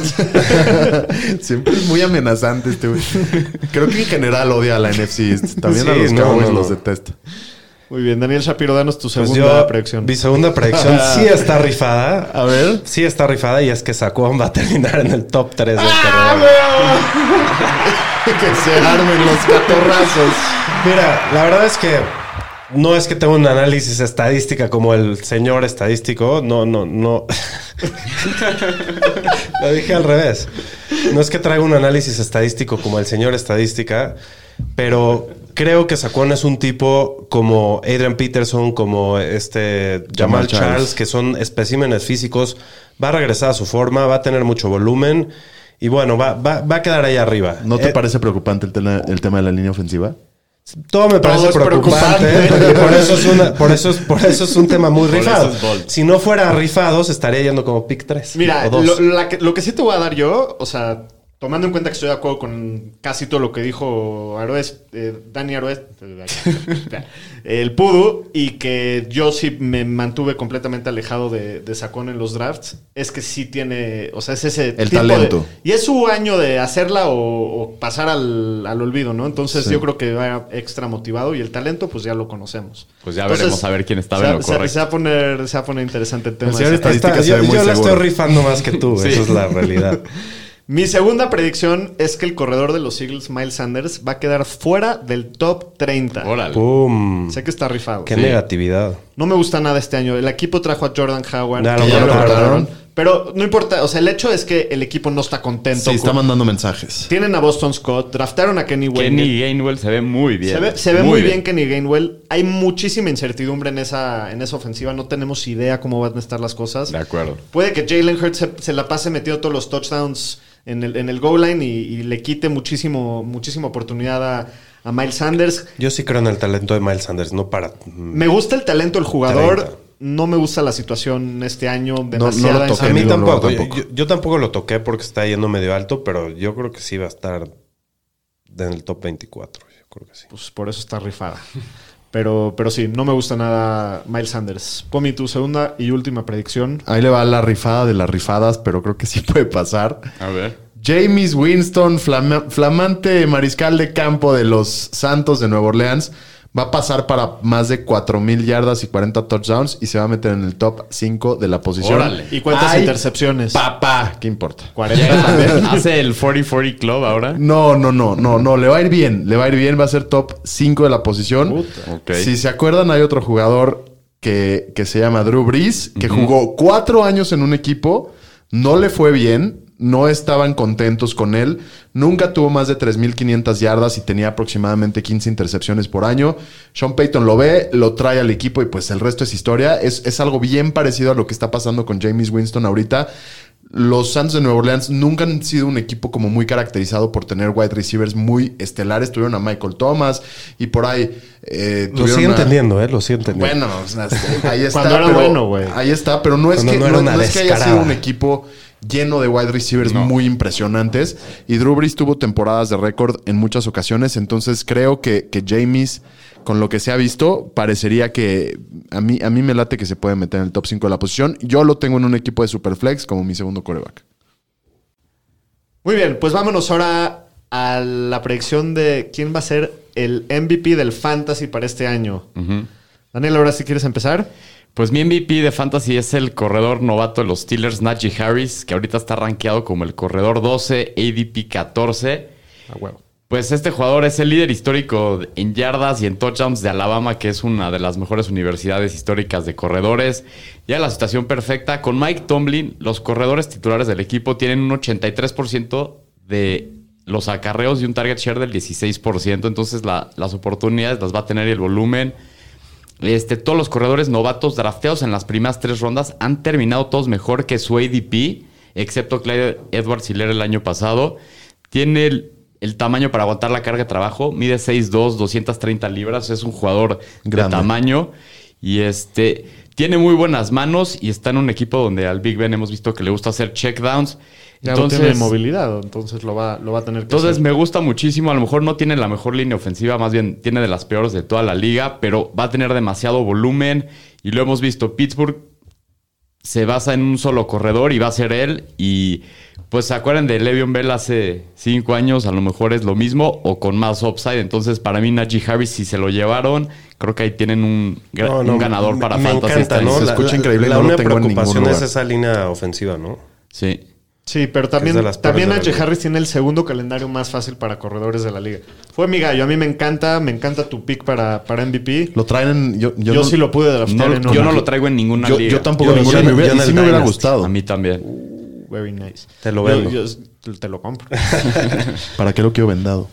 Siempre es muy amenazante este güey. Creo que en general odia a la N F C East. También a Sí, los no, Cowboys no, no. los detesta. Muy bien, Daniel Shapiro, danos tu Pues segunda yo, predicción. mi segunda predicción sí está rifada. A ver. Sí está rifada y es que Saquon va a terminar en el top tres del ¡Ah, corredor. Que se armen los catorrazos. Mira, la verdad es que no es que tenga un análisis estadística como el señor estadístico. No, no, no. Lo dije al revés. No es que traiga un análisis estadístico como el señor estadística, pero creo que Saquon es un tipo como Adrian Peterson, como este Jamal Jamal Charles. Charles, que son especímenes físicos. Va a regresar a su forma, va a tener mucho volumen y bueno, va, va, va a quedar ahí arriba. ¿No te Eh, parece preocupante el, tema- el tema de la línea ofensiva? Todo me parece es preocupante, preocupante. y por eso es una, por eso es, por eso es un tema muy Por rifado. eso es bold. Si no fuera rifado, se estaría yendo como pick tres Mira, o dos. lo, la que, lo que sí te voy a dar yo, o sea, tomando en cuenta que estoy de acuerdo con casi todo lo que dijo Aroes, eh, Dani Aroes, el Pudu, y que yo sí me mantuve completamente alejado de, de Saquon en los drafts, es que sí tiene, o sea, es ese El tipo talento. de- y es su año de hacerla o, o pasar al, al olvido, ¿no? Entonces Sí. yo creo que va extra motivado y el talento, pues ya lo conocemos. Pues ya Entonces, veremos a ver quién estaba se, en lo se- correcto. se va a poner, se va a poner interesante el tema. El de señor Saquon. estadística Está- se yo ve muy yo la seguro. estoy rifando más que tú, Sí. esa es la realidad. Mi segunda predicción es que el corredor de los Eagles, Miles Sanders, va a quedar fuera del top treinta. Órale. ¡Pum! Sé que está rifado. ¡Qué Sí. negatividad! No me gusta nada este año. El equipo trajo a Jordan Howard. Ya que lo ya lo cortaron. cortaron. Pero no importa. O sea, el hecho es que el equipo no está contento. Sí, está con- mandando mensajes. Tienen a Boston Scott. Draftaron a Kenny Wayne. Kenny Gainwell se ve muy bien. Se ve, se ve muy, bien. Kenny Gainwell. Hay muchísima incertidumbre en esa, en esa ofensiva. No tenemos idea cómo van a estar las cosas. De acuerdo. Puede que Jalen Hurts se, se la pase metiendo todos los touchdowns en el, en el goal line y, y le quite muchísimo, muchísima oportunidad a, a Miles Sanders. Yo sí creo en el talento de Miles Sanders, no para... Me gusta el talento del jugador. treinta. No me gusta la situación este año. no Demasiada lo toqué. A mí Ni lo tampoco. robo Yo, tampoco. yo- yo tampoco lo toqué porque está yendo medio alto, pero yo creo que sí va a estar en el top veinticuatro. Yo creo que sí. Pues por eso está rifada. Pero, pero sí, no me gusta nada Miles Sanders. Pomi, tu segunda y última predicción. Ahí le va la rifada de las rifadas, pero creo que sí puede pasar. A ver. Jameis Winston, flama- flamante mariscal de campo de los Santos de Nueva Orleans, va a pasar para más de cuatro mil yardas y cuarenta touchdowns y se va a meter en el top cinco de la posición. Órale. ¿Y cuántas Ay, intercepciones? Papá, ¿qué importa? cuarenta también. ¿Hace el cuarenta cuarenta Club ahora? No, no, no, no, no, le va a ir bien, le va a ir bien, va a ser top cinco de la posición. Puta. Ok. Si se acuerdan, hay otro jugador que, que se llama Drew Brees, que uh-huh. jugó cuatro años en un equipo, no le fue bien, no estaban contentos con él, nunca tuvo más de tres mil quinientas yardas y tenía aproximadamente quince intercepciones por año. Sean Payton lo ve, lo trae al equipo y pues el resto es historia. Es, es algo bien parecido a lo que está pasando con Jameis Winston ahorita. Los Santos de Nueva Orleans nunca han sido un equipo como muy caracterizado por tener wide receivers muy estelares. Tuvieron a Michael Thomas y por ahí... Eh, lo sigue entendiendo, ¿eh? Lo sigue entendiendo. Bueno, o sea, ahí está. Cuando era pero, bueno, güey. Ahí está, pero no es, Cuando que, no era no, una no es que haya descarada. sido un equipo lleno de wide receivers No. muy impresionantes. Y Drew Brees tuvo temporadas de récord en muchas ocasiones. Entonces creo que, que Jameis, con lo que se ha visto, parecería que a mí, a mí me late que se puede meter en el top cinco de la posición. Yo lo tengo en un equipo de Superflex como mi segundo quarterback. Muy bien, pues vámonos ahora a la predicción de quién va a ser el M V P del Fantasy para este año. Ujú. Daniel, ahora sí quieres empezar. Pues mi M V P de Fantasy es el corredor novato de los Steelers, Najee Harris, que ahorita está rankeado como el corredor doce, A D P catorce. A huevo. Pues este jugador es el líder histórico en yardas y en touchdowns de Alabama, que es una de las mejores universidades históricas de corredores. Ya la situación perfecta. Con Mike Tomlin, los corredores titulares del equipo tienen un ochenta y tres por ciento de los acarreos y un target share del dieciséis por ciento. Entonces la- las oportunidades las va a tener y el volumen. Este, todos los corredores novatos drafteados en las primeras tres rondas han terminado todos mejor que su A D P, excepto Clyde Edwards-Helaire el año pasado. Tiene el, el tamaño para aguantar la carga de trabajo. Mide seis dos, doscientas treinta libras. Es un jugador Grande. de tamaño. Y este tiene muy buenas manos y está en un equipo donde al Big Ben hemos visto que le gusta hacer checkdowns. Ya no tiene movilidad, entonces lo va, lo va a tener que Entonces hacer. me gusta muchísimo. A lo mejor no tiene la mejor línea ofensiva, más bien tiene de las peores de toda la liga, pero va a tener demasiado volumen. Y lo hemos visto, Pittsburgh se basa en un solo corredor y va a ser él. Y pues se acuerdan de Le'Veon Bell hace cinco años, a lo mejor es lo mismo o con más upside. Entonces para mí Najee Harris, si se lo llevaron, creo que ahí tienen un, gra- No, un no, ganador me- para me Fantasy. encanta, este ¿no? año. Se La, escucha la- increíble y la no lo única tengo en ningún preocupación es lugar. esa línea ofensiva, ¿no? Sí. Sí, pero también, de las peores también de la Najee liga. Harris tiene el segundo calendario más fácil para corredores de la liga. Fue mi gallo. A mí me encanta, me encanta tu pick para, para M V P. Lo traen en... Yo, yo Yo, no, sí lo pude draftear No, en yo una. no lo traigo en ninguna yo, liga. yo tampoco. Yo- ninguna, yo- me hubiera- yo en y sí el me hubiera Dynasty. gustado. A mí también. Very nice. Te lo Yo- vendo. yo te lo compro. ¿Para qué lo quiero vendado?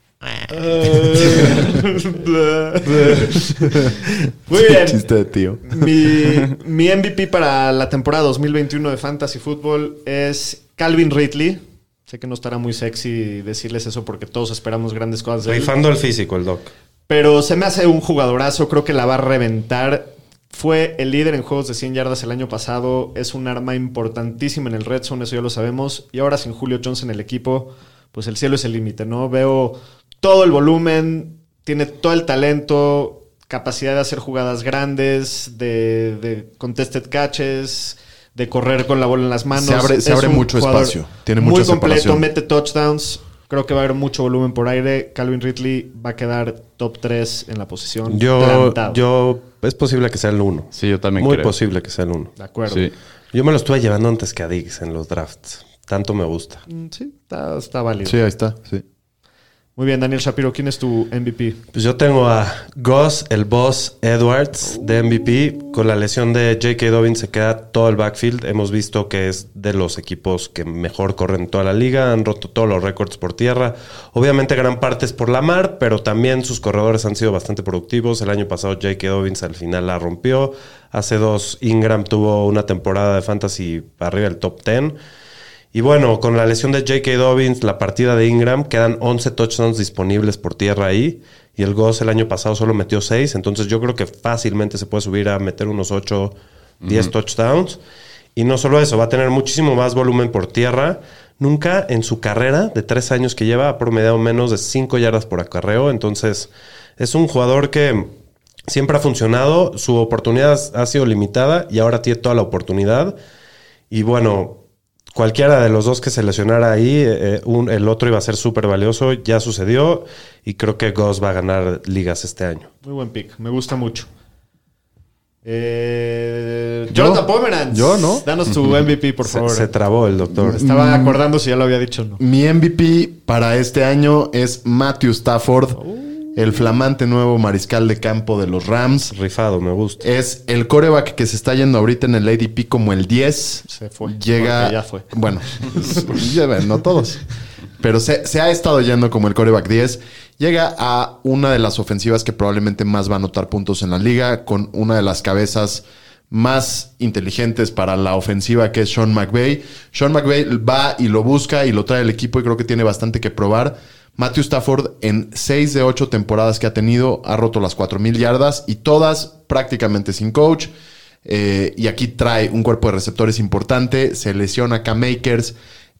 Muy bien. Chiste de tío. Mi, mi M V P para la temporada dos mil veintiuno de Fantasy Football es Calvin Ridley. Sé que no estará muy sexy decirles eso porque todos esperamos grandes cosas de él. Rifando el físico, el Doc. Pero se me hace un jugadorazo. Creo que la va a reventar. Fue el líder en juegos de cien yardas el año pasado. Es un arma importantísima en el red zone, eso ya lo sabemos. Y ahora sin Julio Jones en el equipo, pues el cielo es el límite, ¿no? Veo todo el volumen, tiene todo el talento, capacidad de hacer jugadas grandes, de, de contested catches, de correr con la bola en las manos. Se abre- se Es abre un mucho jugador espacio, tiene muy mucha completo, separación. mete touchdowns. Creo que va a haber mucho volumen por aire. Calvin Ridley va a quedar top tres en la posición. Yo, plantado. yo, es posible que sea el uno. Sí, yo también Muy creo. posible que sea el uno. De acuerdo. Sí. Yo me lo estuve llevando antes que a Diggs en los drafts. Tanto me gusta. Mm, Sí, está, está válido. Sí, ahí está. Sí. Muy bien, Daniel Shapiro, ¿quién es tu M V P? Pues yo tengo a Gus, el boss Edwards de M V P. Con la lesión de J K. Dobbins se queda todo el backfield. Hemos visto que es de los equipos que mejor corren toda la liga. Han roto todos los récords por tierra. Obviamente gran parte es por la mar, pero también sus corredores han sido bastante productivos. El año pasado J K. Dobbins al final la rompió. Hace dos Ingram tuvo una temporada de fantasy arriba del top diez. Y bueno, con la lesión de J K. Dobbins, la partida de Ingram, quedan once touchdowns disponibles por tierra ahí. Y el Goss el año pasado solo metió seis. Entonces yo creo que fácilmente se puede subir a meter unos ocho, diez touchdowns. Y no solo eso, va a tener muchísimo más volumen por tierra. Nunca en su carrera de tres años que lleva ha promediado menos de cinco yardas por acarreo. Entonces es un jugador que siempre ha funcionado, su oportunidad ha sido limitada y ahora tiene toda la oportunidad. Y bueno, cualquiera de los dos que se lesionara ahí, eh, un, el otro iba a ser súper valioso, ya sucedió y creo que Goss va a ganar ligas este año. Muy buen pick, me gusta mucho. Eh, ¿Yo? Jonathan Pomeranz. Yo, ¿no? Danos tu M V P, por favor. Se, se trabó el doctor. Estaba acordando si ya lo había dicho o no. Mi M V P para este año es Matthew Stafford, el flamante nuevo mariscal de campo de los Rams. Rifado, me gusta. Es el quarterback que se está yendo ahorita en el A D P como el diez. Se fue. Llega. Porque ya fue. Bueno, ya ven, no todos. Pero se, se ha estado yendo como el quarterback diez. Llega a una de las ofensivas que probablemente más va a anotar puntos en la liga, con una de las cabezas más inteligentes para la ofensiva, que es Sean McVay. Sean McVay va y lo busca y lo trae al equipo y creo que tiene bastante que probar. Matthew Stafford en seis de ocho temporadas que ha tenido ha roto las cuatro mil yardas y todas prácticamente sin coach. Eh, y aquí trae un cuerpo de receptores importante. Se lesiona Cam Akers.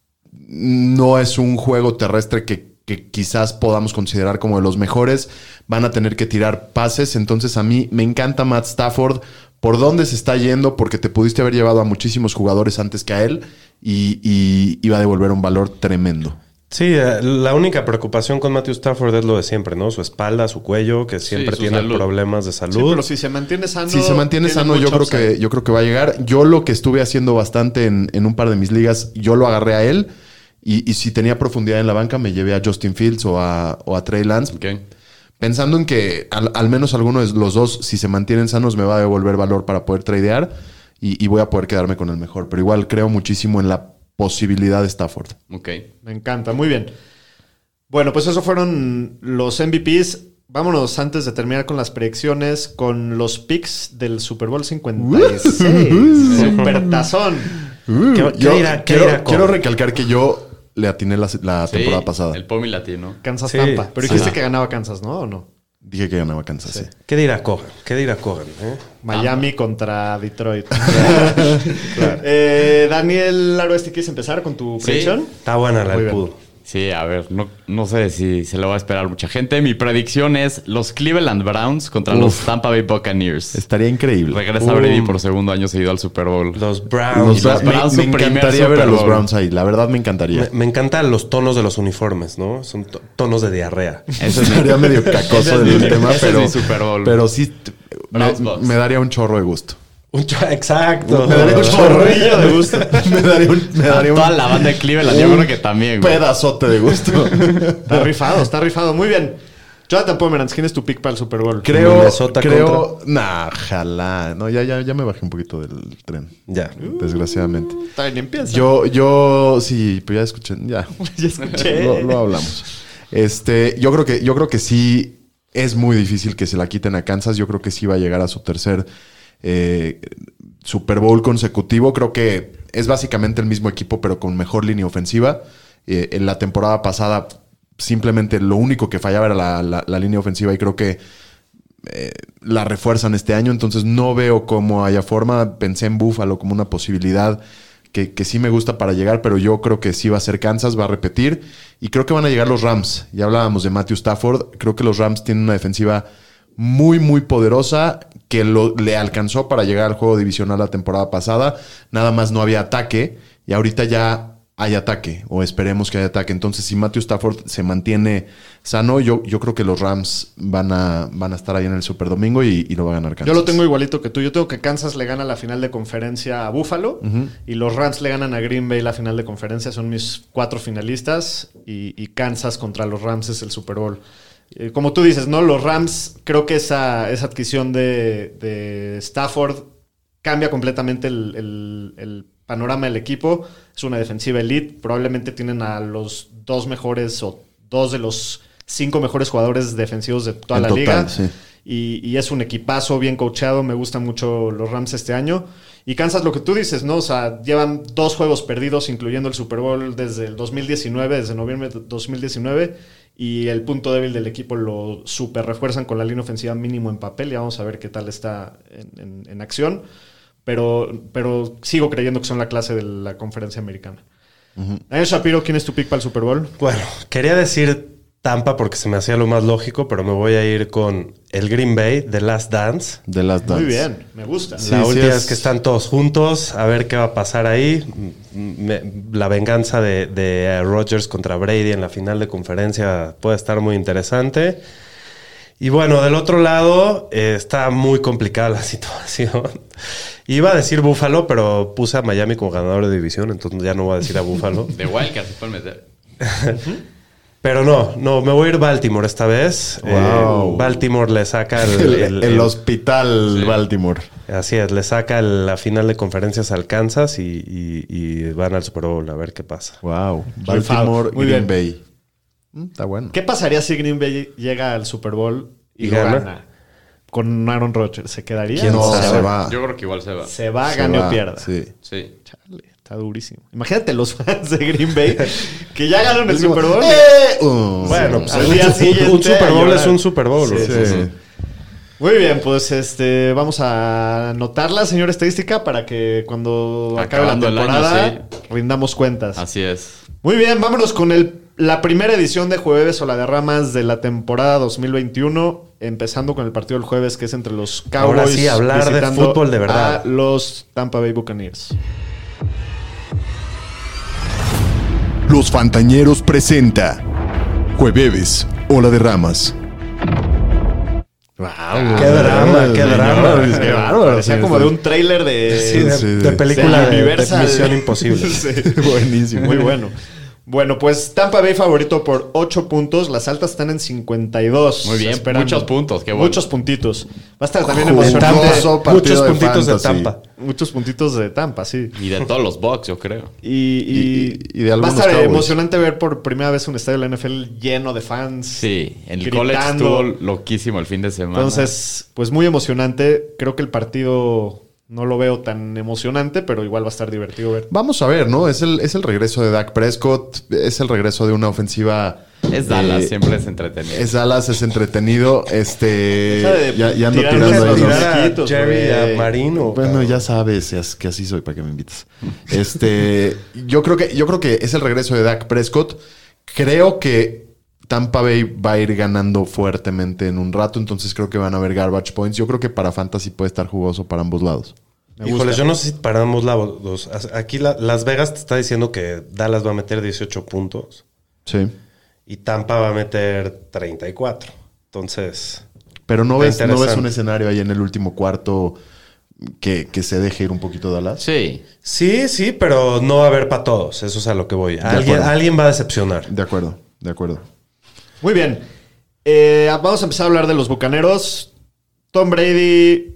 No es un juego terrestre que, que quizás podamos considerar como de los mejores. Van a tener que tirar pases. Entonces a mí me encanta Matt Stafford. Por dónde se está yendo, porque te pudiste haber llevado a muchísimos jugadores antes que a él y, y iba a devolver un valor tremendo. Sí, la única preocupación con Matthew Stafford es lo de siempre, ¿no? Su espalda, su cuello, que siempre Sí, su tiene salud. problemas de salud. Sí, pero si se mantiene sano. Si se mantiene tiene sano, yo mucho creo, upside. que, yo creo que va a llegar. Yo lo que estuve haciendo bastante en, en un par de mis ligas, yo lo agarré a él. Y, y si tenía profundidad en la banca, me llevé a Justin Fields o a, o a Trey Lance. Ok. Pensando en que al, al menos alguno de los dos, si se mantienen sanos, me va a devolver valor para poder tradear. Y, y voy a poder quedarme con el mejor. Pero igual creo muchísimo en la posibilidad de Stafford. Ok. Me encanta, muy bien. Bueno, pues esos fueron los M V Ps. Vámonos antes de terminar con las predicciones, con los picks del Super Bowl cincuenta y seis. Supertazón. ¿Qué, qué Yo dirá, qué quiero, dirá quiero Cobb? recalcar que yo le atiné la, la Sí, temporada pasada. El Pomi latino. Kansas Sí, Tampa. Pero sí. dijiste Ajá. que ganaba Kansas, ¿no? ¿O no? Dije que ganaba Kansas. Sí. Sí. ¿Qué dirá Cogan? ¿Qué dirá Cogan? ¿Eh? Miami contra Detroit. Claro. eh, Daniel Aroesti, ¿quieres empezar con tu Sí. predicción? Está buena la Muy del bien. Pudo. Sí, a ver, no, no sé si se lo va a esperar mucha gente. Mi predicción es los Cleveland Browns contra Uf. los Tampa Bay Buccaneers. Estaría increíble. Regresa Brady por segundo año seguido al Super Bowl. Los Los Browns. los Bra- Browns, me, su me primer encantaría ver a Super los Bowl. Browns ahí. La verdad me encantaría. Me, me encantan los tonos de los uniformes, ¿no? Son to- tonos de diarrea. Ese es mi- Estaría medio cacoso ese es del mi- tema, ese pero, es mi Super Bowl. pero sí t- me, Browns Bucks. me daría un chorro de gusto. Un cho- Exacto. Me daría un chorrillo de gusto. me daría un, me A daría toda un la banda de Cleveland, yo un creo que también, güey. pedazote de gusto. Está rifado, está rifado. Muy bien. Jonathan Pomeranz, ¿quién es tu pick para el Super Bowl? Creo, Minnesota creo, nah, ojalá. No, ya, ya, ya me bajé un poquito del tren. Ya. Desgraciadamente. Está bien, empieza. Yo, yo, sí, pues ya escuché, ya. ya escuché. Lo, lo hablamos. Este, yo creo que, yo creo que sí es muy difícil que se la quiten a Kansas. Yo creo que sí va a llegar a su tercer eh, Super Bowl consecutivo. Creo que es básicamente el mismo equipo, pero con mejor línea ofensiva. Eh, en la temporada pasada, simplemente lo único que fallaba era la, la- la línea ofensiva y creo que eh, la refuerzan este año. Entonces no veo cómo haya forma. Pensé en Buffalo como una posibilidad que, que sí me gusta para llegar, pero yo creo que sí va a ser Kansas, va a repetir. Y creo que van a llegar los Rams. Ya hablábamos de Matthew Stafford. Creo que los Rams tienen una defensiva muy, muy poderosa que lo, le alcanzó para llegar al juego divisional la temporada pasada. Nada más no había ataque y ahorita ya hay ataque o esperemos que haya ataque. Entonces, si Matthew Stafford se mantiene sano, yo, yo creo que los Rams van a, van a estar ahí en el Super Domingo y, y lo va a ganar Kansas. Yo lo tengo igualito que tú. Yo tengo que Kansas le gana la final de conferencia a Buffalo y los Rams le ganan a Green Bay la final de conferencia. Son mis cuatro finalistas y, y Kansas contra los Rams es el Super Bowl. Eh, como tú dices, ¿no? Los Rams, creo que esa, esa adquisición de, de Stafford cambia completamente el, el, el panorama del equipo. Es una defensiva elite. Probablemente tienen a los dos mejores o dos de los cinco mejores jugadores defensivos de toda En la total, liga. sí. Y, y es un equipazo bien coachado. Me gustan mucho los Rams este año. Y Kansas, lo que tú dices, ¿no? O sea, llevan dos juegos perdidos, incluyendo el Super Bowl desde el dos mil diecinueve, desde noviembre de dos mil diecinueve. Y el punto débil del equipo lo super refuerzan con la línea ofensiva mínimo en papel. Ya vamos a ver qué tal está en, en, en acción. Pero, pero sigo creyendo que son la clase de la conferencia americana. Uh-huh. Daniel Shapiro, ¿quién es tu pick para el Super Bowl? Bueno, quería decir Tampa porque se me hacía lo más lógico, pero me voy a ir con el Green Bay, The Last Dance. The Last Dance. Muy bien, me gusta. Sí, la sí última es- es que están todos juntos, a ver qué va a pasar ahí. Me- la venganza de, de Rodgers contra Brady en la final de conferencia puede estar muy interesante. Y bueno, del otro lado eh, está muy complicada la situación. Iba a decir Buffalo, pero puse a Miami como ganador de división, entonces ya no voy a decir a Buffalo. De Wildcard se pueden meter. Pero no, no, me voy a ir Baltimore esta vez. Wow. Eh, Baltimore le saca el... El, el- el el- hospital Sí. Baltimore. Así es, le saca el- la final de conferencias al Kansas y, y- y van al Super Bowl a ver qué pasa. Wow. Rifado. Baltimore, Muy Green bien. Bay. Mm, está bueno. ¿Qué pasaría si Green Bay llega al Super Bowl y, ¿Y lo gana? gana? Con Aaron Rodgers, ¿se quedaría? ¿Quién ¿O no, se se va? va. Yo creo que igual se va. Se va, Se gane va, o pierda. Sí. Sí. Chale, está durísimo. Imagínate los fans de Green Bay que ya ganaron el Es como, Super Bowl. ¡Eh! Uh, Bueno, sí. pues Al un, día un- siguiente un Super a Bowl llorar. es un Super Bowl. Sí, ¿no? sí, sí. Muy bien, pues este vamos a anotarla, señor estadística, para que cuando acabe la Acabando el año, temporada rindamos cuentas. Así es. Muy bien, vámonos con el, la primera edición de Jueves o la de Ramas de la temporada dos mil veintiuno, empezando con el partido del jueves que es entre los Cowboys. Ahora sí, hablar de visitando fútbol de verdad. a los Tampa Bay Buccaneers. Los Fantañeros presenta Jueves o la de Ramas. Wow, Qué drama, qué drama. Qué bárbaro. Parecía como de un tráiler de, Sí, de, Sí, de de- película de de, de Universal. Misión Imposible. Sí. Buenísimo. Muy bueno. Bueno, pues Tampa Bay favorito por ocho puntos. Las altas están en cincuenta y dos. Muy bien, Esperando. muchos puntos, qué bueno. Muchos puntitos. Va a estar también Jugoso emocionante. partido Muchos de puntitos de fantasy. Tampa. Muchos puntitos de Tampa, sí. Y de todos los Bucks, yo creo. Y, y- Y- y de va a algunos estar Cowboys. emocionante ver por primera vez un estadio de la N F L lleno de fans. Sí, en el Gritando. college estuvo loquísimo el fin de semana. Entonces, pues muy emocionante. Creo que el partido no lo veo tan emocionante, pero igual va a estar divertido ver. Vamos a ver, ¿no? Es el, es el regreso de Dak Prescott. Es el regreso de una ofensiva. es Dallas, eh, siempre es entretenido. Es Dallas, es entretenido. Este. Deja de Ya, ya ando tirarle tirando los ahí. dos. los- Tirar a mosquitos, Jerry güey. a Marino. Bueno, cabrón. ya sabes es que así soy para que me invites. Este, yo creo que yo creo que es el regreso de Dak Prescott. Creo que Tampa Bay va a ir ganando fuertemente en un rato, entonces creo que van a haber garbage points. Yo creo que para fantasy puede estar jugoso para ambos lados. Me Híjole, gusta. yo no sé si para ambos lados. Aquí la- Las Vegas te está diciendo que Dallas va a meter dieciocho puntos Sí. y Tampa va a meter treinta y cuatro. Entonces, Pero no Está ves, no ves interesante. un escenario ahí en el último cuarto que, que se deje ir un poquito Dallas. Sí. sí, sí, pero no va a haber para todos. Eso es a lo que voy. Alguien, acuerdo. alguien va a decepcionar. De acuerdo, de acuerdo. Muy bien. Eh, vamos a empezar a hablar de los Bucaneros. Tom Brady.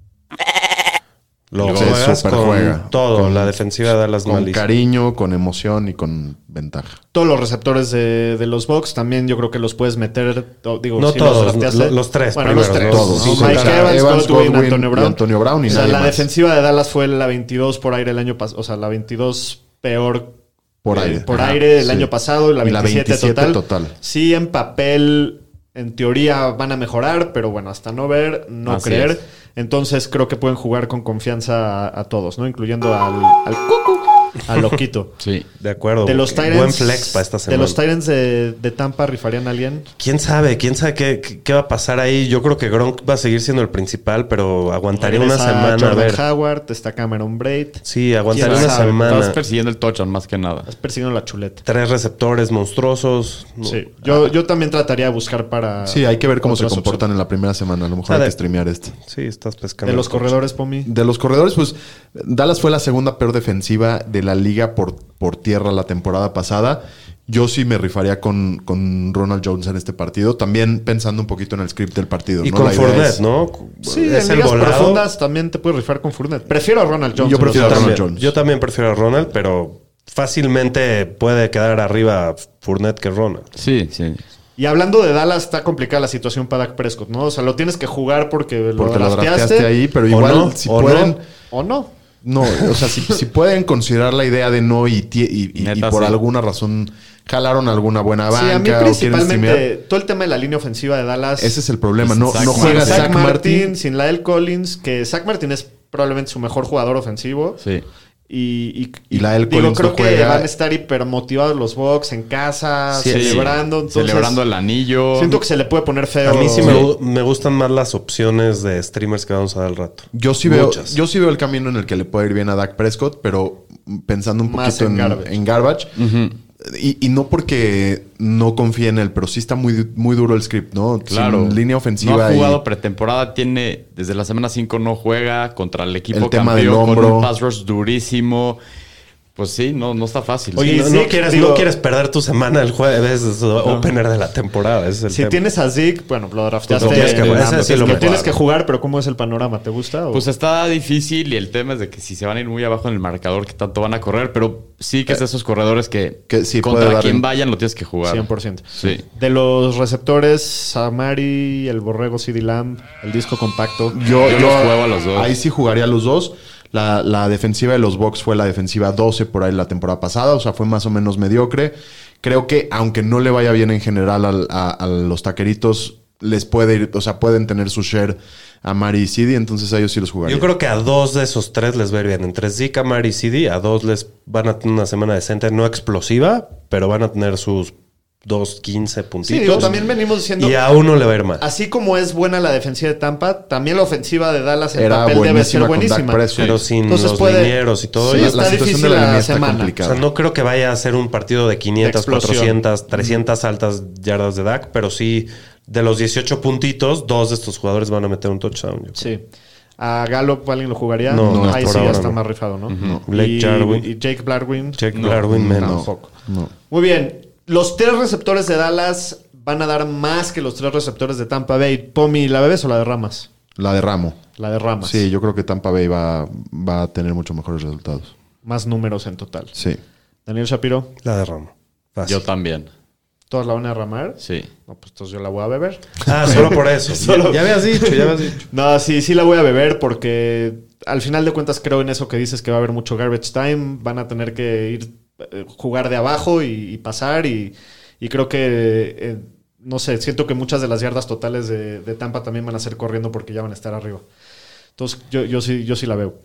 Lo Se juegas con superjuega. todo. Con- la defensiva de Dallas Con malísima. cariño, con emoción y con ventaja. Todos los receptores de, de los Bucks también yo creo que los puedes meter. to- Digo, No si todos, los drafteaste. lo- los tres Bueno, primero, los tres. ¿no? Todos. ¿no? Sí, Mike sí, Evans, Evans, Godwin, Godwin Antonio Brown. y Antonio Brown y o sea, nadie la más. defensiva de Dallas fue la veintidós por aire el año pasado. O sea, la veintidós peor Por eh, aire. por Ajá, aire el sí. año pasado y la Y la veintisiete, veintisiete total. total. Sí, en papel, en teoría van a mejorar, pero bueno, hasta no ver, no Así creer. es. Entonces creo que pueden jugar con confianza a, a todos, ¿no? Incluyendo al, al cucu, al loquito. Sí. De acuerdo. De los Titans. Buen flex para esta semana. De los Titans de, de Tampa, ¿rifarían a alguien? ¿Quién sabe? ¿Quién sabe qué, qué, qué va a pasar ahí? Yo creo que Gronk va a seguir siendo el principal, pero aguantaría una Regresa semana a Jordan ver. Howard, está Cameron Braid. Sí, aguantaría ¿Quién una sabe? semana. Estás persiguiendo el touchdown más que nada. Estás persiguiendo la chuleta. Tres receptores monstruosos. No. Sí. Yo, yo también trataría de buscar para. Sí, hay que ver cómo se otras comportan en la primera semana. A lo mejor sea, hay de- que streamear este. Sí, estás pescando. De los el coche. corredores, Pomi. De los corredores, pues Dallas fue la segunda peor defensiva de la liga por, por tierra la temporada pasada. Yo sí me rifaría con, con Ronald Jones en este partido. También pensando un poquito en el script del partido. Y ¿no? con La idea Fournette, es- ¿no? Sí, es en el ligas volado. profundas también te puedes rifar con Fournette. Prefiero a Ronald Jones. Yo en los prefiero a dos. Ronald También. Jones. Yo también prefiero a Ronald, pero fácilmente puede quedar arriba Fournette que Ronald. Sí, sí. Y hablando de Dallas, está complicada la situación para Dak Prescott, ¿no? O sea, lo tienes que jugar porque lo Porque lo drafteaste. drafteaste ahí, pero O igual no, si o pueden... no. ¿O no? No, o sea, si, si pueden considerar la idea de no y, tie- y, y- Neta, y por sí. alguna razón jalaron alguna buena banca Sí, a mí o quieren streamear, principalmente todo el tema de la línea ofensiva de Dallas. ese es el problema. No, Zach no Martin. juega sin Zach, Zach Martin. Martin, sin Lael Collins, que Zach Martin es probablemente su mejor jugador ofensivo. Sí. Y, y, Y la del digo, Collins creo no que juega. van a estar hipermotivados los Bucks en casa, Sí, celebrando. Entonces, celebrando el anillo. siento que se le puede poner feo. A mí sí me, gu- me gustan más las opciones de streamers que vamos a dar al rato. Yo sí veo, Muchas. yo sí veo el camino en el que le puede ir bien a Dak Prescott, pero pensando un Más poquito en en, garbage. en garbage. y, y no porque no confíe en él, pero sí está muy, muy duro el script, ¿no? Claro. Sin línea ofensiva. No ha jugado y- pretemporada, tiene desde la semana cinco no juega contra el equipo El tema campeón del con hombro. un pass rush durísimo. Pues sí, no, no está fácil. Oye, Sí, No, Sí, no quieres, digo- no quieres perder tu semana el jueves, es opener de la temporada. Ese es el Si tema. tienes a Zeke, bueno, lo drafteaste. Lo tienes que jugar, eh, ese sí lo lo meto. tienes que jugar, pero ¿cómo es el panorama? ¿Te gusta? o? Pues está difícil y el tema es de que si se van a ir muy abajo en el marcador, que tanto van a correr, pero sí que es de esos corredores que, que sí, puede contra dar quien en- vayan lo tienes que jugar. cien por ciento. Sí. De los receptores, Samari, el Borrego, C D Lamb, el disco compacto. Yo, Yo yo los juego a los dos. Ahí sí jugaría a los dos. La, la defensiva de los Bucks fue la defensiva doce por ahí la temporada pasada. O sea, fue más o menos mediocre. Creo que aunque no le vaya bien en general al- a, a los taqueritos, les puede ir, o sea, pueden tener su share a Mari y C D, entonces a ellos sí los jugaría. Yo creo que a dos de esos tres les va a ir bien. Entre Zika, Mari y C D, a dos les van a tener una semana decente, no explosiva, pero van a tener sus dos, quince Sí, puntitos. digo, también venimos diciendo. Y a uno le va a ir mal. Así como es buena la defensiva de Tampa, también la ofensiva de Dallas en Era papel debe ser buenísima con Dak buenísima. Prescott. Pero sin Entonces los puede- linieros y todo. Sí, ya- la, está la situación difícil de la la línea está semana. O complicada. sea, no creo que vaya a ser un partido de quinientas, De explosión. cuatrocientas, trescientas altas yardas de Dak, pero sí, de los dieciocho puntitos, dos de estos jugadores van a meter un touchdown. yo creo. Sí. A Gallup, ¿alguien lo jugaría? No, no, Ahí por sí ya ahora está no. más rifado, ¿no? Blake y, Jarwin. y Jake Bladwin. Jake no, Bladwin menos. tampoco. No. Muy bien. Los tres receptores de Dallas van a dar más que los tres receptores de Tampa Bay. Pomi, ¿la bebes o la derramas? La de Ramo. La derramas. Sí, yo creo que Tampa Bay va, va a tener mucho mejores resultados. Más números en total. Sí. Daniel Shapiro, La derramo. Fácil. Yo también. ¿todas la van a derramar? Sí. No, pues entonces yo la voy a beber. Ah, solo por eso. Solo- Ya, ya habías dicho, ya habías dicho. No, sí, sí la voy a beber porque al final de cuentas creo en eso que dices que va a haber mucho garbage time. Van a tener que ir eh, jugar de abajo y, y pasar y, y creo que, eh, no sé, siento que muchas de las yardas totales de, de Tampa también van a ser corriendo porque ya van a estar arriba. Entonces yo, yo, sí, yo sí la veo.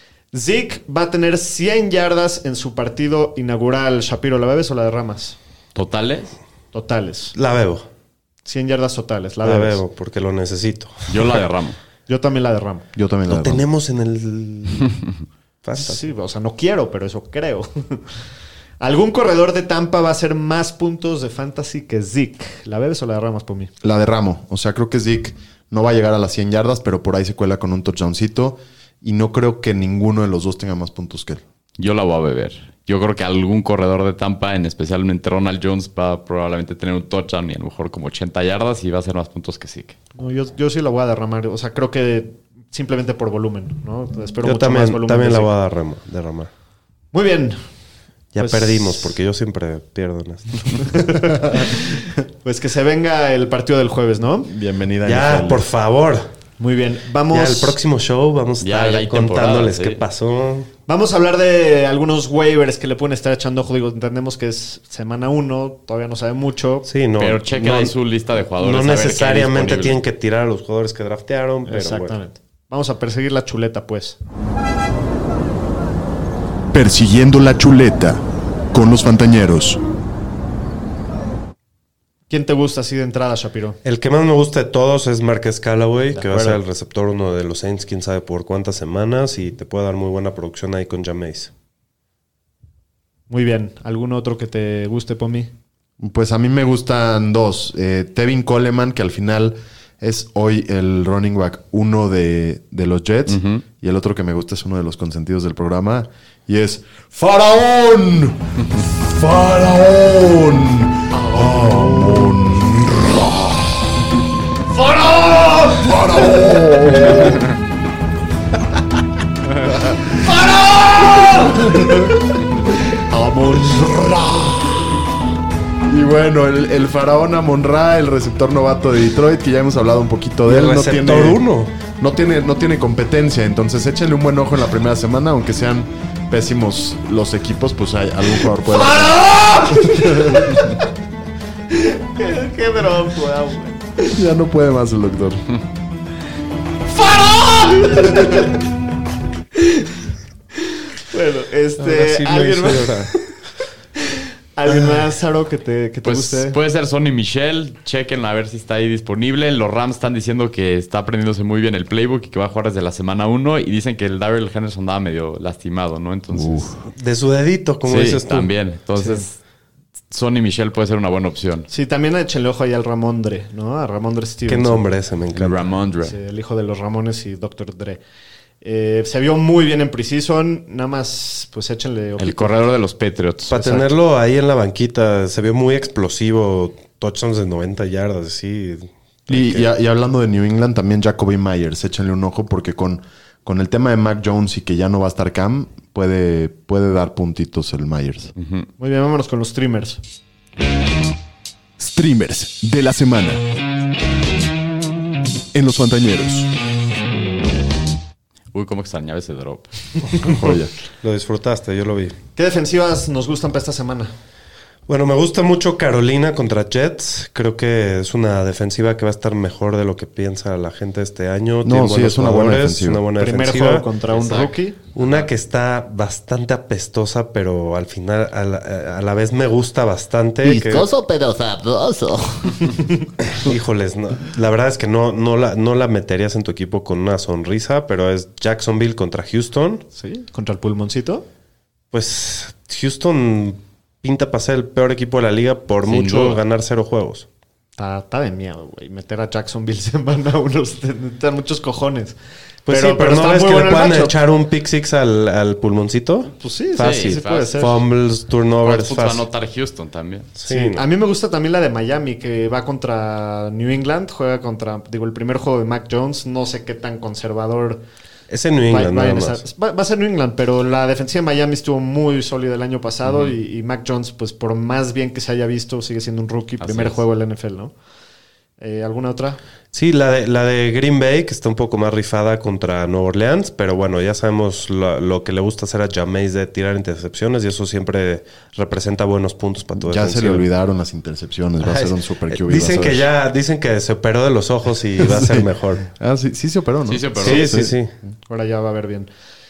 Zeke va a tener cien yardas en su partido inaugural. Shapiro, ¿la bebes o la derramas? ¿Totales? Totales. La bebo. cien yardas totales. La, La, bebes. bebo porque lo necesito. Yo la derramo. Yo también la derramo. Yo también la Lo de Ramo. tenemos en el... Fantasy. Sí, o sea, no quiero, pero eso creo. ¿Algún corredor de Tampa va a hacer más puntos de fantasy que Zeke? ¿La bebes o la derramas por mí? La de Ramo. O sea, creo que Zeke no va a llegar a las cien yardas, pero por ahí se cuela con un touchdowncito. Y no creo que ninguno de los dos tenga más puntos que él. Yo la voy a beber. Yo creo que algún corredor de Tampa, en especialmente Ronald Jones, va a probablemente tener un touchdown y a lo mejor como ochenta yardas y va a hacer más puntos que Zeke. No, yo, yo sí la voy a derramar. O sea, creo que simplemente por volumen, ¿no? Espero Yo mucho más también, volumen. también de la Zeke. voy a derrama- derramar. Muy bien. Ya Pues- perdimos porque yo siempre pierdo en esto. Pues que se venga el partido del jueves, ¿no? Bienvenida. Ya, N F L. por favor. Muy bien. Vamos, Ya el próximo show vamos a Ya, estar ya hay contándoles temporada, qué sí. pasó. vamos a hablar de algunos waivers que le pueden estar echando ojo. Digo, entendemos que es semana uno, todavía no sabe mucho. Sí, no. pero chequen no, ahí su lista de jugadores. no a ver qué hay necesariamente disponible. tienen que tirar a los jugadores que draftearon, pero Exactamente. Vamos a perseguir la chuleta, pues. Persiguiendo la chuleta con los Fantañeros. ¿Quién te gusta así de entrada, Shapiro? bueno. El que más me gusta de todos es Marquez Callaway, que va a acuerdo. ser el receptor uno de los Saints, quién sabe por cuántas semanas, y te puede dar muy buena producción ahí con Jameis. Muy bien. ¿Algún otro que te guste, Pomi? Pues a mí me gustan dos. Eh, Tevin Coleman, que al final es hoy el running back uno de, de los Jets. Ujú. Y el otro que me gusta es uno de los consentidos del programa. Y es ¡Faraón! ¡Faraón! ¡Amon Ra! ¡Faraón! ¡Amon Ra! Y bueno, el, el faraón Amon-Ra, el receptor novato de Detroit, que ya hemos hablado un poquito de El él. No receptor tiene, uno. No tiene, no tiene competencia, entonces échenle un buen ojo en la primera semana, aunque sean pésimos los equipos, pues hay, algún jugador puede... ¿Qué, qué drop, Ya no puede más el doctor. Bueno, Este, sí lo ¿alguien hizo más? llorar. ¿Alguien más, Saro, que te, que te Pues guste? puede ser Sonny Michel. Chequen a ver si está ahí disponible. Los Rams están diciendo que está aprendiéndose muy bien el playbook y que va a jugar desde la semana uno. Y dicen que el Darrell Henderson andaba medio lastimado, ¿no? Entonces. De su dedito, como sí, dices tú. también. Entonces, Sonny Michel puede ser una buena opción. Sí, también échenle ojo ahí al Ramondre, ¿no? A Ramondre Qué Stevenson. nombre ese, me encanta. Ramondre. Sí, el hijo de los Ramones y doctor Dre. Eh, se vio muy bien en preseason. Nada más, pues échenle ojito. El corredor de los Patriots. Para Exacto. tenerlo ahí en la banquita, se vio muy explosivo. Touchdowns de noventa yardas, sí. Y, y, y hablando de New England, también Jacoby Myers, échenle un ojo porque con, con el tema de Mac Jones y que ya no va a estar Cam, puede, puede dar puntitos el Myers. Muy bien, vámonos con los streamers. Streamers de la semana. En Los Fantañeros. Uy, cómo extrañaba ese drop. Joya. Lo disfrutaste, yo lo vi. ¿Qué defensivas nos gustan para esta semana? Bueno, me gusta mucho Carolina contra Jets. Creo que es una defensiva que va a estar mejor de lo que piensa la gente este año. No, Tiene sí, buenos es una buena jugadores, defensiva. una buena Primer defensiva. juego contra un Exacto. rookie. Una que está bastante apestosa, pero al final a la, a la vez me gusta bastante. Viscoso pero sabroso. Que, híjoles, no, la verdad es que no, no, la, no la meterías en tu equipo con una sonrisa, pero es Jacksonville contra Houston. Sí, contra el pulmoncito. Pues Houston pinta para ser el peor equipo de la liga por Sin mucho duda. ganar cero juegos. Está, está de miedo, güey. Meter a Jacksonville semana uno. Te dan muchos cojones. Pues sí, pero, no está ves muy que bueno le el puedan matchup. echar un pick six al, al pulmoncito. Pues sí, sí, Fácil. sí, sí puede ser. Fumbles, turnovers, Pues va a fácil. anotar Houston también. Sí, Sí, no. a mí me gusta también la de Miami, que va contra New England, juega contra, digo, el primer juego de Mac Jones, no sé qué tan conservador Es en New va- England, vayan nada a más. estar. Va, va a ser New England, pero la defensiva de Miami estuvo muy sólida el año pasado y, y Mac Jones, pues por más bien que se haya visto, sigue siendo un rookie, Así primer es. juego del N F L, ¿no? Eh, ¿Alguna otra? Sí, la de, la de Green Bay, que está un poco más rifada contra Nueva Orleans, pero bueno, ya sabemos lo, lo que le gusta hacer a Jameis de tirar intercepciones y eso siempre representa buenos puntos para tu Ya se le defensiva. olvidaron las intercepciones. Va a Ay, ser un super eh, Q B. Dicen vas a que ver. ya, dicen que se operó de los ojos y va a ser mejor. Ah, sí, sí se operó, ¿no? Sí, se operó. Sí, sí, sí. Ahora ya va a ver bien.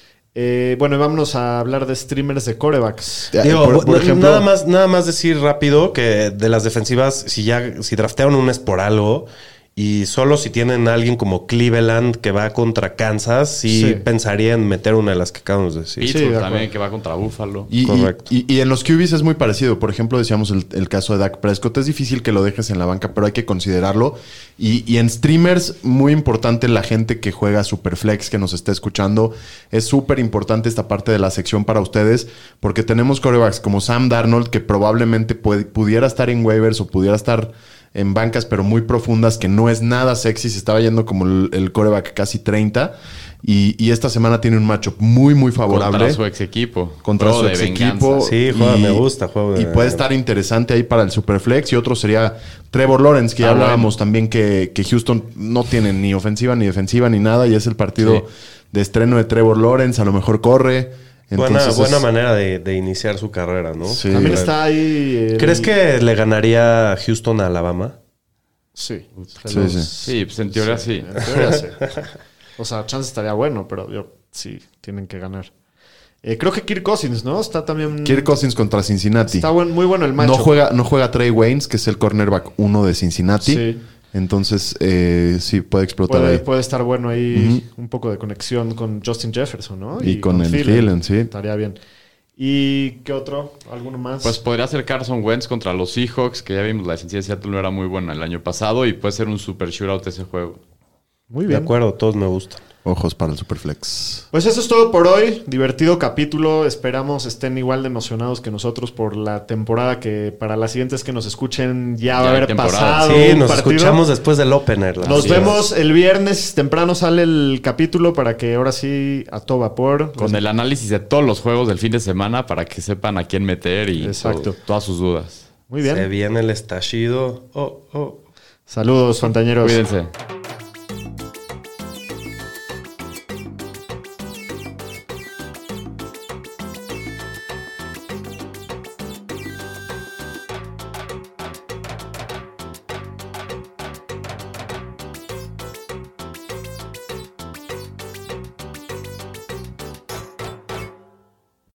Eh, bueno, y vámonos a hablar de streamers de corebacks. Ya, Digo, por- por na- ejemplo- nada más, nada más decir rápido que de las defensivas, si ya, si draftearon un es por algo, y solo si tienen a alguien como Cleveland que va contra Kansas, sí, Sí. pensaría en meter una de las que acabamos de decir. Sí, Pittsburgh de también, acuerdo. que va contra Buffalo. Y, y- Correcto. y- y en los Q Bs es muy parecido. Por ejemplo, decíamos el, el caso de Dak Prescott. Es difícil que lo dejes en la banca, pero hay que considerarlo. Y, y en streamers, muy importante la gente que juega Superflex, que nos está escuchando. Es súper importante esta parte de la sección para ustedes, porque tenemos corebacks como Sam Darnold, que probablemente puede- pudiera estar en waivers o pudiera estar en bancas, pero muy profundas, que no es nada sexy. Se estaba yendo como el, el coreback casi treinta. Y, y esta semana tiene un matchup muy, muy favorable. Contra su ex equipo. Contra Juego su de ex venganza. equipo. Sí, juega, me gusta, juego de- Y puede estar interesante ahí para el Superflex. Y otro sería Trevor Lawrence, que ya Ah, hablábamos también que, que Houston no tiene ni ofensiva, ni defensiva, ni nada. Y es el partido Sí. de estreno de Trevor Lawrence. A lo mejor corre. Buena, Entonces buena es- manera de, de iniciar su carrera, ¿no? Sí. También Claro. está ahí... el- ¿Crees que le ganaría Houston a Alabama? Sí. Sí, sí. Sí, pues en teoría sí. En teoría sí. O sea, chance estaría bueno, pero yo sí, tienen que ganar. Eh, creo que Kirk Cousins, ¿no? Está también... Kirk Cousins contra Cincinnati. Está buen- muy bueno el match. no, juega, no juega Trey Waynes, que es el cornerback uno de Cincinnati. Sí. Entonces, eh, sí, puede explotar Puede, ahí. puede estar bueno ahí un poco de conexión con Justin Jefferson, ¿no? Y con el Thielen, sí. Estaría bien. ¿Y qué otro? ¿Alguno más? Pues podría ser Carson Wentz contra los Seahawks, que ya vimos la defensiva de Seattle no era muy buena el año pasado y puede ser un super shootout ese juego. Muy De bien. acuerdo, todos me gustan. Ojos para el Superflex. Pues eso es todo por hoy. Divertido capítulo. Esperamos estén igual de emocionados que nosotros por la temporada, que para las siguientes que nos escuchen ya, Ya va a hay haber temporada. pasado. Sí, un nos partido. escuchamos después del opener. la Nos verdad. vemos el viernes. Temprano sale el capítulo para que ahora sí a todo vapor. Con el análisis de todos los juegos del fin de semana para que sepan a quién meter y Exacto. todo- todas sus dudas. Muy bien. Se viene el estallido. Oh, oh. Saludos, fantañeros. Cuídense.